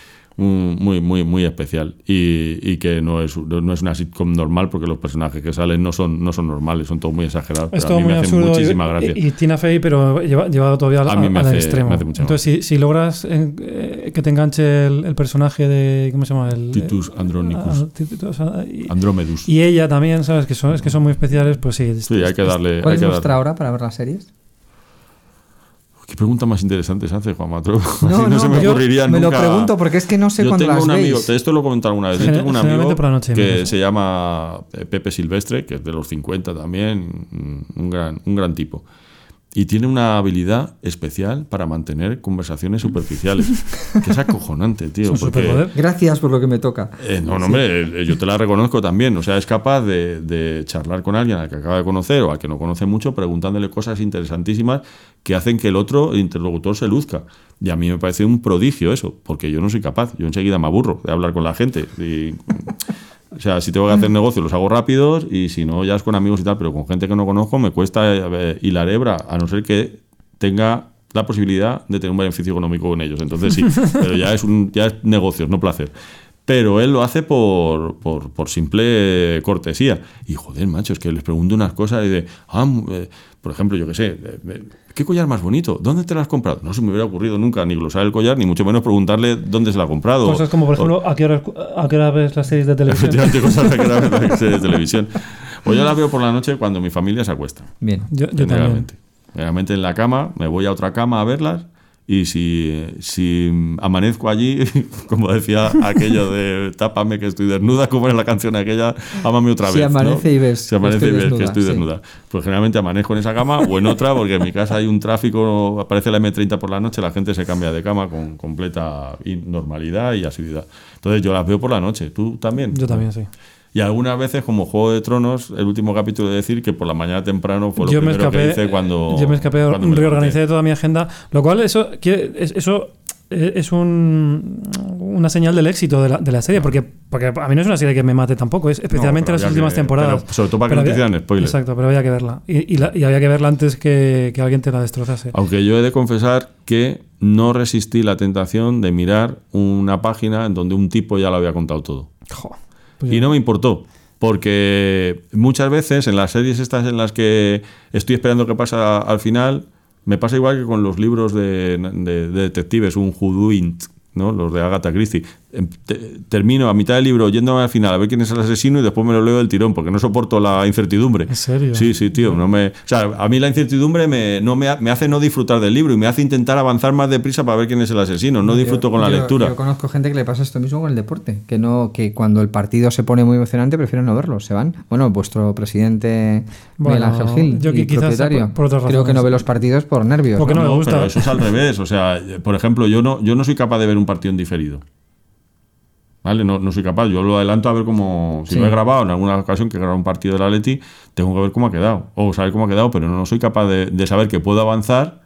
especial y que no es una sitcom normal, porque los personajes que salen no son normales, son todos muy exagerados. Es pero todo a mí muy me hace muchísima gracia. Y Tina Fey, pero llevado todavía al extremo. Me hace mucha Entonces, si logras que te enganche el personaje de... ¿Cómo se llama? Titus Andronicus. Andromedus. Y ella también, ¿sabes? Que son muy especiales, pues sí. Sí, hay que darle... ¿Cuál es vuestra hora para ver las series? ¿Qué pregunta más interesante se hace, Juan Matro? No se me ocurriría me nunca. Lo pregunto porque es que no sé cuándo las amigo, veis. Esto lo he comentado alguna vez. Yo tengo un amigo noche, que se llama Pepe Silvestre, que es de los 50 también, un gran tipo. Y tiene una habilidad especial para mantener conversaciones superficiales. Que es acojonante, tío. Gracias por lo que me toca. Hombre, yo te la reconozco también. O sea, es capaz de charlar con alguien al que acaba de conocer o al que no conoce mucho, preguntándole cosas interesantísimas que hacen que el otro interlocutor se luzca. Y a mí me parece un prodigio eso, porque yo no soy capaz. Yo enseguida me aburro de hablar con la gente. O sea, si tengo que hacer negocios los hago rápidos, y si no, ya es con amigos y tal, pero con gente que no conozco me cuesta hilar hebra, a no ser que tenga la posibilidad de tener un beneficio económico con ellos. Entonces sí, pero ya es negocios, no placer. Pero él lo hace por simple cortesía. Y joder, macho, es que les pregunto unas cosas y por ejemplo, yo qué sé, ¿qué collar más bonito? ¿Dónde te lo has comprado? No se me hubiera ocurrido nunca ni glosar el collar, ni mucho menos preguntarle dónde se lo ha comprado. Cosas como, por ejemplo, ¿a qué hora ves las series de televisión? Efectivamente, cosas a qué hora ves las series de televisión. Pues yo las veo por la noche cuando mi familia se acuesta. Bien, yo también. Generalmente en la cama, me voy a otra cama a verlas. Y si amanezco allí, como decía aquello de tápame que estoy desnuda, como es la canción aquella, ámame otra vez. Si amanece, ¿no? Y ves, si amanece y ves que estoy desnuda. Pues generalmente amanezco en esa cama o en otra, porque en mi casa hay un tráfico, aparece la M30 por la noche, la gente se cambia de cama con completa normalidad y asiduidad. Entonces yo las veo por la noche. ¿Tú también? Yo también, sí. Y algunas veces, como Juego de Tronos, el último capítulo de decir que por la mañana temprano fue lo primero que hice cuando... Yo me escapé, reorganicé toda mi agenda, lo cual eso es una señal del éxito de la serie, porque a mí no es una serie que me mate tampoco, es especialmente las últimas temporadas. Pero sobre todo para que no te hicieran spoilers. Exacto, pero había que verla. Y había que verla antes que alguien te la destrozase. Aunque yo he de confesar que no resistí la tentación de mirar una página en donde un tipo ya lo había contado todo. Y no me importó, porque muchas veces en las series estas en las que estoy esperando que pasa al final, me pasa igual que con los libros de detectives, un whodunit, ¿no? Los de Agatha Christie. Termino a mitad del libro yéndome al final a ver quién es el asesino y después me lo leo del tirón porque no soporto la incertidumbre. ¿En serio? Sí, tío. O sea, a mí la incertidumbre me hace no disfrutar del libro y me hace intentar avanzar más deprisa para ver quién es el asesino. No disfruto con la lectura. Yo conozco gente que le pasa esto mismo con el deporte, que cuando el partido se pone muy emocionante prefieren no verlo, se van. Bueno, vuestro presidente Miguel Ángel Gil, propietario, por otras razones, creo que no ve los partidos por nervios. Porque no me gusta. Pero eso es al revés. O sea, por ejemplo, yo no soy capaz de ver un partido en diferido. ¿Vale? No soy capaz, yo lo adelanto a ver cómo... Si lo he grabado en alguna ocasión que he grabado un partido del Atleti, tengo que ver cómo ha quedado, o saber cómo ha quedado, pero no soy capaz de saber que puedo avanzar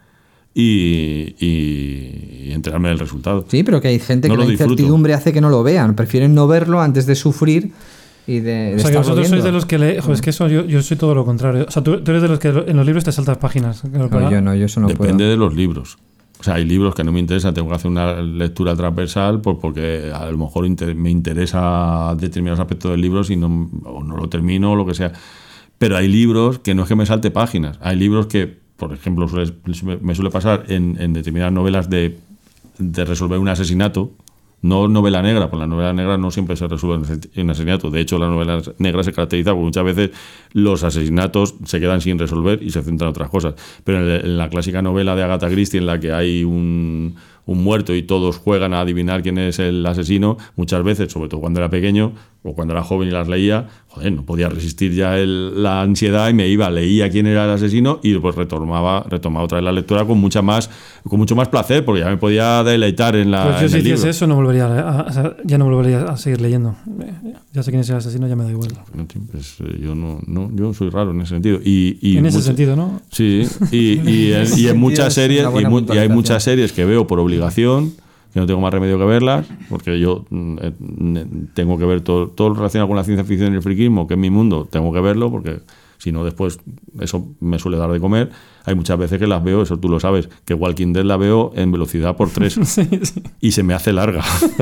y enterarme del resultado. Sí, pero que hay gente que la incertidumbre hace que no lo vean, prefieren no verlo antes de sufrir y de o sea, que vosotros sois de los que es que eso yo soy todo lo contrario. O sea, tú eres de los que en los libros te saltas páginas. No, yo eso no puedo. Depende de los libros. O sea, hay libros que no me interesan, tengo que hacer una lectura transversal porque a lo mejor me interesa determinados aspectos del libro o no lo termino o lo que sea. Pero hay libros que no es que me salte páginas. Hay libros que, por ejemplo, me suele pasar en determinadas novelas de resolver un asesinato, No novela negra, pues la novela negra no siempre se resuelve en asesinato. De hecho, la novela negra se caracteriza porque muchas veces los asesinatos se quedan sin resolver y se centran en otras cosas. Pero en la clásica novela de Agatha Christie, en la que hay un muerto y todos juegan a adivinar quién es el asesino, muchas veces, sobre todo cuando era pequeño o cuando era joven y las leía, no podía resistir ya la ansiedad y me iba, leía quién era el asesino y pues retomaba otra vez la lectura con mucho más placer, porque ya me podía deleitar en la. Pues yo si hiciese eso ya no volvería a seguir leyendo. Ya sé quién es el asesino, ya me da igual. Pues, yo soy raro en ese sentido. Y en ese sentido, ¿no? Sí, y en muchas series, y hay muchas series que veo por obligación, que no tengo más remedio que verlas, porque yo tengo que ver todo lo relacionado con la ciencia ficción y el friquismo, que es mi mundo, tengo que verlo, porque si no después eso me suele dar de comer. Hay muchas veces que las veo, eso tú lo sabes, que Walking Dead la veo en velocidad por 3 sí. Y se me hace larga.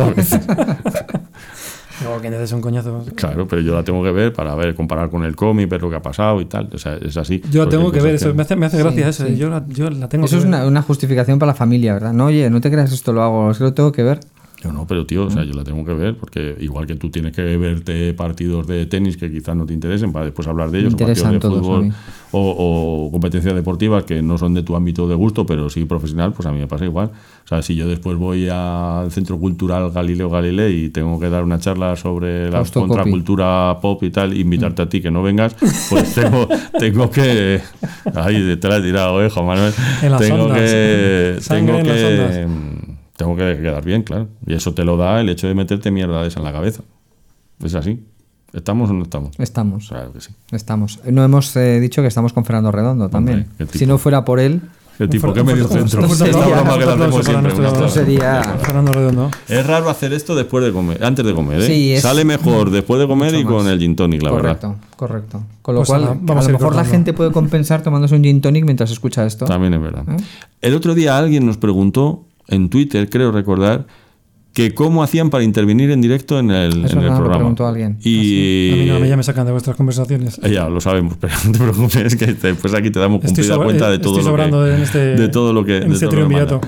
Walking Dead es un coñazo. Claro, pero yo la tengo que ver para comparar con el cómic, ver lo que ha pasado y tal. O sea, es así. Yo la tengo que ver, eso me hace gracia eso. Sí. Yo la tengo eso que ver. Eso es una justificación para la familia, ¿verdad? No, oye, no te creas, esto lo hago, es que lo tengo que ver. No, pero tío, o sea, yo la tengo que ver, porque igual que tú tienes que verte partidos de tenis que quizás no te interesen para después hablar de ellos, o partidos de fútbol o competencias deportivas que no son de tu ámbito de gusto, pero sí profesional, pues a mí me pasa igual. O sea, si yo después voy al Centro Cultural Galileo Galilei y tengo que dar una charla sobre la contracultura pop y tal, invitarte a ti que no vengas, pues tengo que... Ay, te la he tirado, Juan Manuel. Tengo que quedar bien, claro. Y eso te lo da el hecho de meterte mierda de esa en la cabeza. Es así. ¿Estamos o no estamos? Estamos. Claro que sí. Estamos. No hemos dicho que estamos con Fernando Redondo también. Si no fuera por él... ¿Qué tipo? ¿Qué medio centro? Esta broma que la hacemos siempre. Esto sería... Fernando Redondo. Es raro hacer esto después de comer, antes de comer, ¿eh? Sí, sale mejor después de comer y con el gin tonic, la verdad. Correcto. Con lo cual, a lo mejor la gente puede compensar tomándose un gin tonic mientras escucha esto. También es verdad. El otro día alguien nos preguntó en Twitter, creo recordar, que cómo hacían para intervenir en directo en el programa. Lo preguntó alguien. Y... A mí no, ya me sacan de vuestras conversaciones. Ya, lo sabemos, pero no te preocupes, que después aquí te damos cumplida cuenta de todo de todo lo que... En este triunvirato.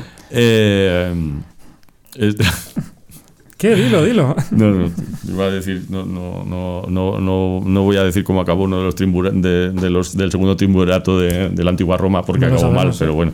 ¿Qué? Dilo. No, iba a decir, no voy a decir cómo acabó uno de los del segundo triunvirato de la antigua Roma, porque acabó mal, pero bueno.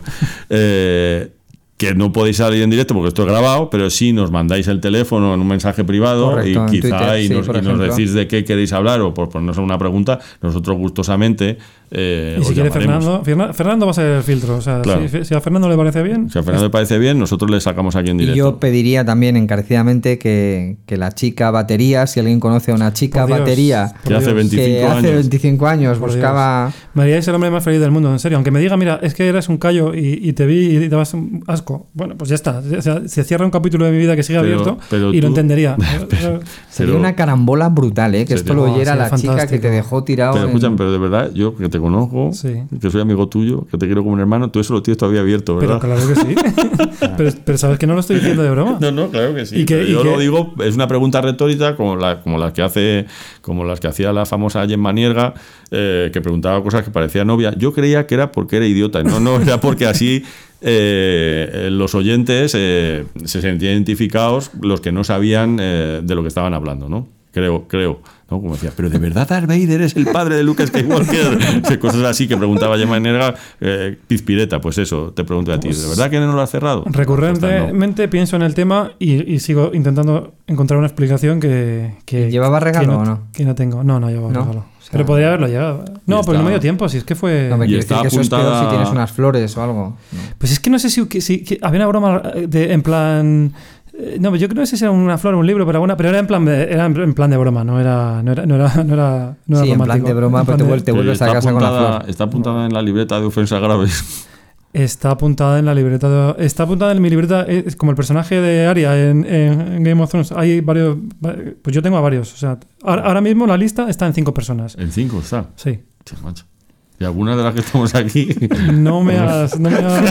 Que no podéis salir en directo porque esto es grabado, pero sí nos mandáis el teléfono en un mensaje privado. Correcto, y quizá Twitter, nos decís de qué queréis hablar o por ponernos una pregunta, nosotros gustosamente y si quiere Fernando va a ser el filtro, o sea, claro. si a Fernando le parece bien, le parece bien, nosotros le sacamos aquí en directo. Y yo pediría también encarecidamente que la chica batería, si alguien conoce a una chica batería que hace 25 años buscaba... Me haríais el hombre más feliz del mundo, en serio, aunque me diga, mira, es que eres un callo y te vi y te vas asco, bueno, pues ya está, o sea, se cierra un capítulo de mi vida que sigue abierto y lo entendería. Sería una carambola brutal, que esto lo oyera la chica que te dejó tirado. Pero escuchan, pero de verdad, yo que te conozco, que soy amigo tuyo, que te quiero como un hermano, tú eso lo tienes todavía abierto, ¿verdad? Pero claro que sí. pero sabes que no lo estoy diciendo de broma. No, claro que sí. Yo lo digo, es una pregunta retórica como las que hacía la famosa Gemma Nierga, que preguntaba cosas que parecían obvias. Yo creía que era porque era idiota, no era porque así los oyentes se sentían identificados, los que no sabían de lo que estaban hablando, ¿no? Creo, ¿no? Como decía, pero de verdad Darth Vader es el padre de Luke Skywalker. Cosas así que preguntaba Gemma Nierga, Pizpireta, pues eso, te pregunto a ti, ¿de verdad que no lo has cerrado? Recurrentemente pienso en el tema y sigo intentando encontrar una explicación que ¿llevaba regalo o no? Que no tengo. No llevaba regalo. O sea, pero podría haberlo llevado. No, pero no me dio tiempo, si es que fue... No me quiere decir que eso es peor si tienes unas flores o algo. No. Pues es que no sé si había una broma en plan... No, yo creo que si era una flor o un libro, pero era en plan de broma, no era sí, romántico. En plan de broma, pero te vuelves a casa con la flor. Está apuntada en la libreta de ofensas graves. Está apuntada en la libreta. Está apuntada en mi libreta. Es como el personaje de Arya en Game of Thrones. Hay varios. Pues yo tengo a varios. O sea, ahora mismo la lista está en 5 personas. ¿En 5 está? Sí. Che, macho. ¿Y alguna de las que estamos aquí? No me hagas. Y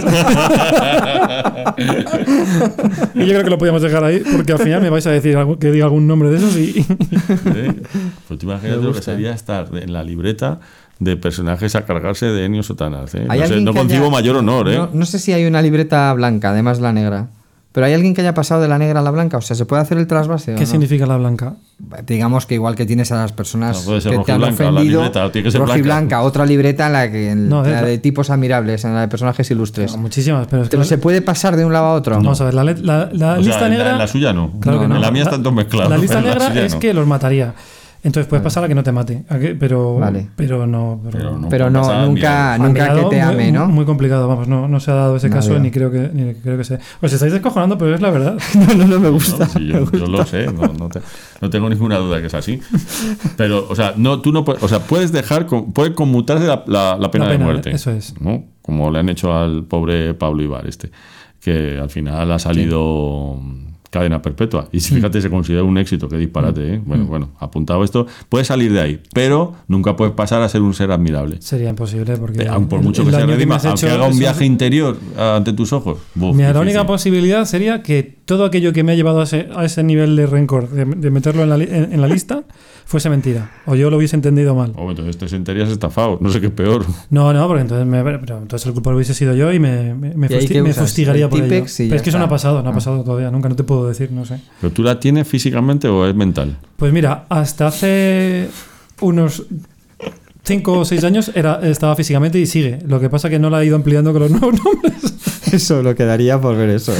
yo creo que lo podíamos dejar ahí, porque al final me vais a decir que diga algún nombre de esos y... ¿Sí? Pues tú imagínate lo que sería estar en la libreta de personajes a cargarse de Ennio Sotanas. No concibo mayor honor. No sé si hay una libreta blanca, además la negra. Pero ¿hay alguien que haya pasado de la negra a la blanca? O sea, ¿se puede hacer el trasvase? ¿Qué significa la blanca? Digamos que igual que tienes a las personas que te han ofendido, roja y blanca, otra libreta en la que la de tipos admirables, en la de personajes ilustres. Muchísimas, pero ¿se puede pasar de un lado a otro? Vamos a ver, la lista negra... En la suya no. Claro que no. En la mía están todos mezclados. La lista negra es que los mataría. Entonces puedes pasar a que no te mate, pero no nunca que te ame, ¿no? Muy complicado, vamos, no se ha dado ese caso ni creo que sea. Os estáis descojonando, pero es la verdad. No me gusta. Sí, yo lo sé, no tengo ninguna duda que es así. Pero, o sea, tú no puedes, o sea, puede conmutarse la pena de muerte. Eso es. ¿No? Como le han hecho al pobre Pablo Ibar que al final ha salido... cadena perpetua. Y si fíjate, se considera un éxito, qué disparate, ¿eh? Bueno, apuntado esto, puedes salir de ahí, pero nunca puedes pasar a ser un ser admirable. Sería imposible, porque... por mucho que se redima, aunque haga un viaje interior ante tus ojos. La única posibilidad sería que todo aquello que me ha llevado a ese nivel de rencor, de meterlo en la lista, fuese mentira. O yo lo hubiese entendido mal. Entonces te sentirías estafado, no sé qué es peor. No, porque entonces el culpable hubiese sido yo y me fustigaría por ello. Pero es que eso no ha pasado todavía, nunca, no te puedo decir, no sé. ¿Pero tú la tienes físicamente o es mental? Pues mira, hasta hace unos 5 o 6 años estaba físicamente y sigue. Lo que pasa es que no la he ido ampliando con los nuevos nombres. Eso lo quedaría por ver eso.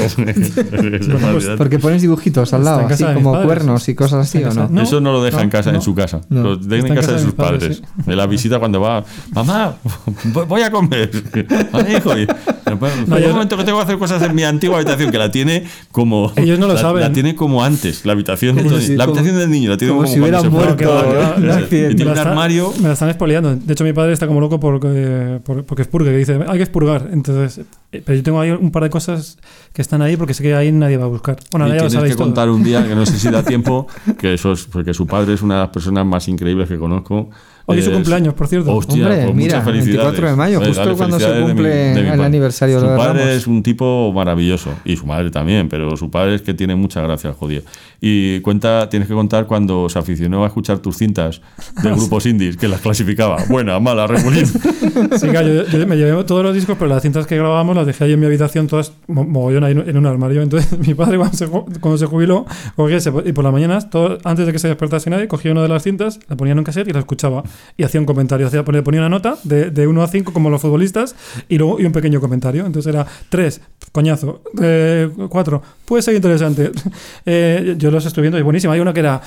Porque pones dibujitos al lado, así como cuernos y cosas así, ¿o no? No, eso no lo deja en casa, en su casa. Lo deja en casa de sus padres. De la visita cuando va, mamá, voy a comer. Vale, hijo. Hay un momento que tengo que hacer cosas en mi antigua habitación, que la tiene como... Ellos no lo saben. La tiene como antes, la habitación del niño. La tiene como si hubiera muerto. Y tiene un armario... Me la están expoliando. De hecho, mi padre está como loco porque expurgue, que dice, hay que expurgar. Entonces, pero yo tengo ahí un par de cosas que están ahí porque sé que ahí nadie va a buscar. Bueno, y tienes que contar un día, que no sé si da tiempo, que eso es porque su padre es una de las personas más increíbles que conozco. Hoy es su cumpleaños, por cierto. Hostia, hombre, pues mira, muchas felicidades. 24 de mayo, justo cuando se cumple el aniversario de Su padre Ramos. es un tipo maravilloso, y su madre también, pero su padre es que tiene mucha gracia, el jodido. Y tienes que contar cuando se aficionó a escuchar tus cintas de grupos indies, que las clasificaba. Buena, mala, regulín. Sí, claro, yo me llevé todos los discos, pero las cintas que grabábamos las dejé ahí en mi habitación, todas mogollón ahí en un armario. Entonces mi padre cuando se jubiló, y por las mañanas, antes de que se despertase nadie, cogía una de las cintas, la ponía en un cassette y la escuchaba. Y hacía un comentario. Ponía una nota de 1 a 5 como los futbolistas y un pequeño comentario. Entonces era 3, coñazo, 4, puede ser interesante. Yo los estoy viendo y buenísima. Hay una que era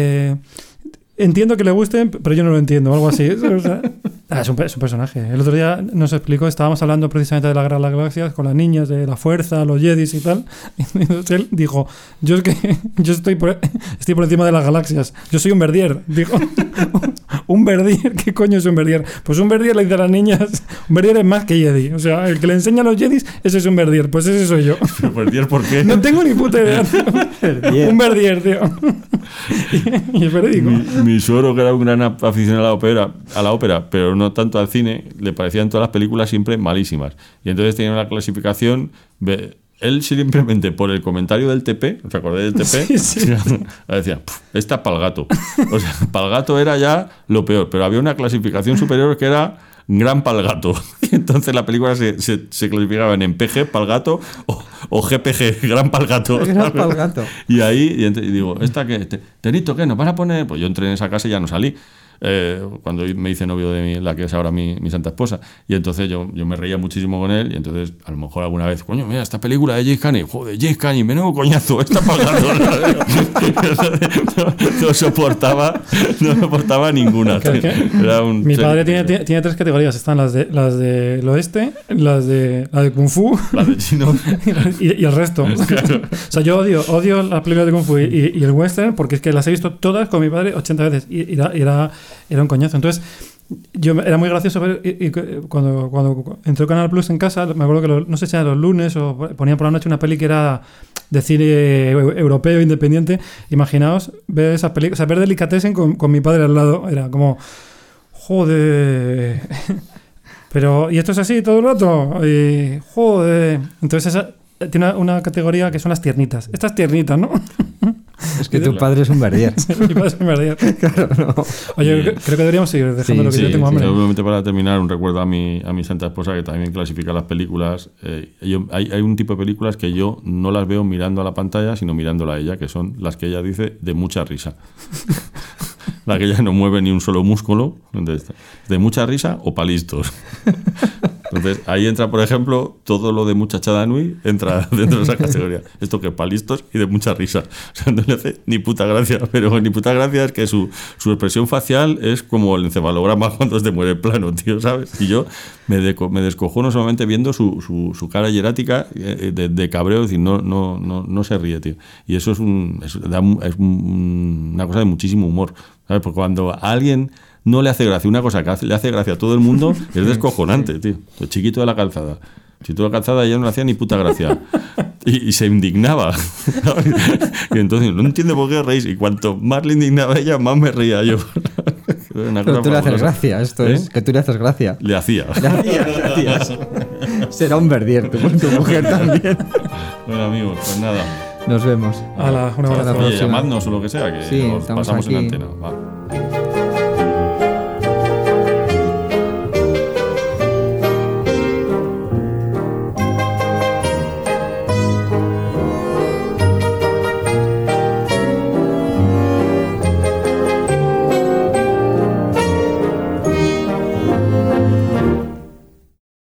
entiendo que le gusten, pero yo no lo entiendo, algo así. O sea, es un personaje. El otro día nos explicó, estábamos hablando precisamente de la Guerra de las Galaxias con las niñas, de la fuerza, los jedis y tal. Y entonces él dijo, yo estoy por encima de las galaxias. Yo soy un Verdier. Dijo, un Verdier, ¿qué coño es un Verdier? Pues un Verdier le dice a las niñas, un Verdier es más que Jedi. O sea, el que le enseña a los jedis, ese es un Verdier. Pues ese soy yo. ¿Pero Verdier por qué? No tengo ni puta idea. Un Verdier, tío. Y es verídico. Mi suegro, que era un gran aficionado a la ópera, pero no tanto al cine, le parecían todas las películas siempre malísimas. Y entonces tenía una clasificación... Él simplemente por el comentario del TP, ¿os acordáis del TP? Sí. Decía, esta es pa'l gato. O sea, pa'l gato era ya lo peor, pero había una clasificación superior que era gran pa'l gato. Entonces la película se clasificaba en PG, pa'l gato, o GPG, gran pa'l gato. Gran pa'l gato. Y ahí y digo, ¿esta qué? Tenito, ¿qué? ¿Nos van a poner? Pues yo entré en esa casa y ya no salí. Cuando me hice novio de la que es ahora mi santa esposa, y entonces yo me reía muchísimo con él, y entonces a lo mejor alguna vez, coño, mira esta película de James Cagney, joder, James Cagney, menudo coñazo, está pagando. No soportaba ninguna. Mi padre tiene 3 categorías, están las del oeste, las de Kung Fu, las de chino y el resto. Claro. O sea, yo odio las películas de Kung Fu y el western porque es que las he visto todas con mi padre 80 veces y era un coñazo. Entonces era muy gracioso ver cuando entró Canal Plus en casa. Me acuerdo que no sé si era los lunes o ponían por la noche una peli que era de cine europeo independiente. Imaginaos ver esas películas, o sea, ver Delicatessen con mi padre al lado. Era como, joder. Pero, ¿y esto es así todo el rato? Y, joder. Entonces tiene una categoría que son las tiernitas. Estas tiernitas, ¿no? Es que tu padre es un Verdier. Mi padre es un Verdier. Claro, no. Oye, creo que deberíamos seguir dejando lo que yo tengo hambre. Obviamente, para terminar, un recuerdo a mi santa esposa, que también clasifica las películas. Hay un tipo de películas que yo no las veo mirando a la pantalla, sino mirándola a ella, que son las que ella dice de mucha risa. La que ella no mueve ni un solo músculo. Entonces, de mucha risa o palistos. Entonces, ahí entra, por ejemplo, todo lo de Muchachada Nui entra dentro de esa categoría. Esto que palistos y de mucha risa. O sea, no le hace ni puta gracia. Pero ni puta gracia es que su expresión facial es como el encefalograma cuando se muere plano, tío, ¿sabes? Y yo me descojono solamente viendo su cara hierática de cabreo, es decir, no se ríe, tío. Y eso es una cosa de muchísimo humor, ¿sabes? Porque cuando a alguien no le hace gracia una cosa que le hace gracia a todo el mundo, es descojonante, tío. El chiquito de la calzada. El chiquito de la calzada ya no le hacía ni puta gracia. Y se indignaba. Y entonces no entiendo por qué reís. Y cuanto más le indignaba ella, más me reía yo. Pero tú le haces gracia, esto es que tú le haces gracia. Le hacía. Será un Verdier, tu mujer también. Bueno, amigos, pues nada. Nos vemos. Una abrazo. Oye, llamadnos o lo que sea, que sí, nos pasamos aquí. en la antena. Va.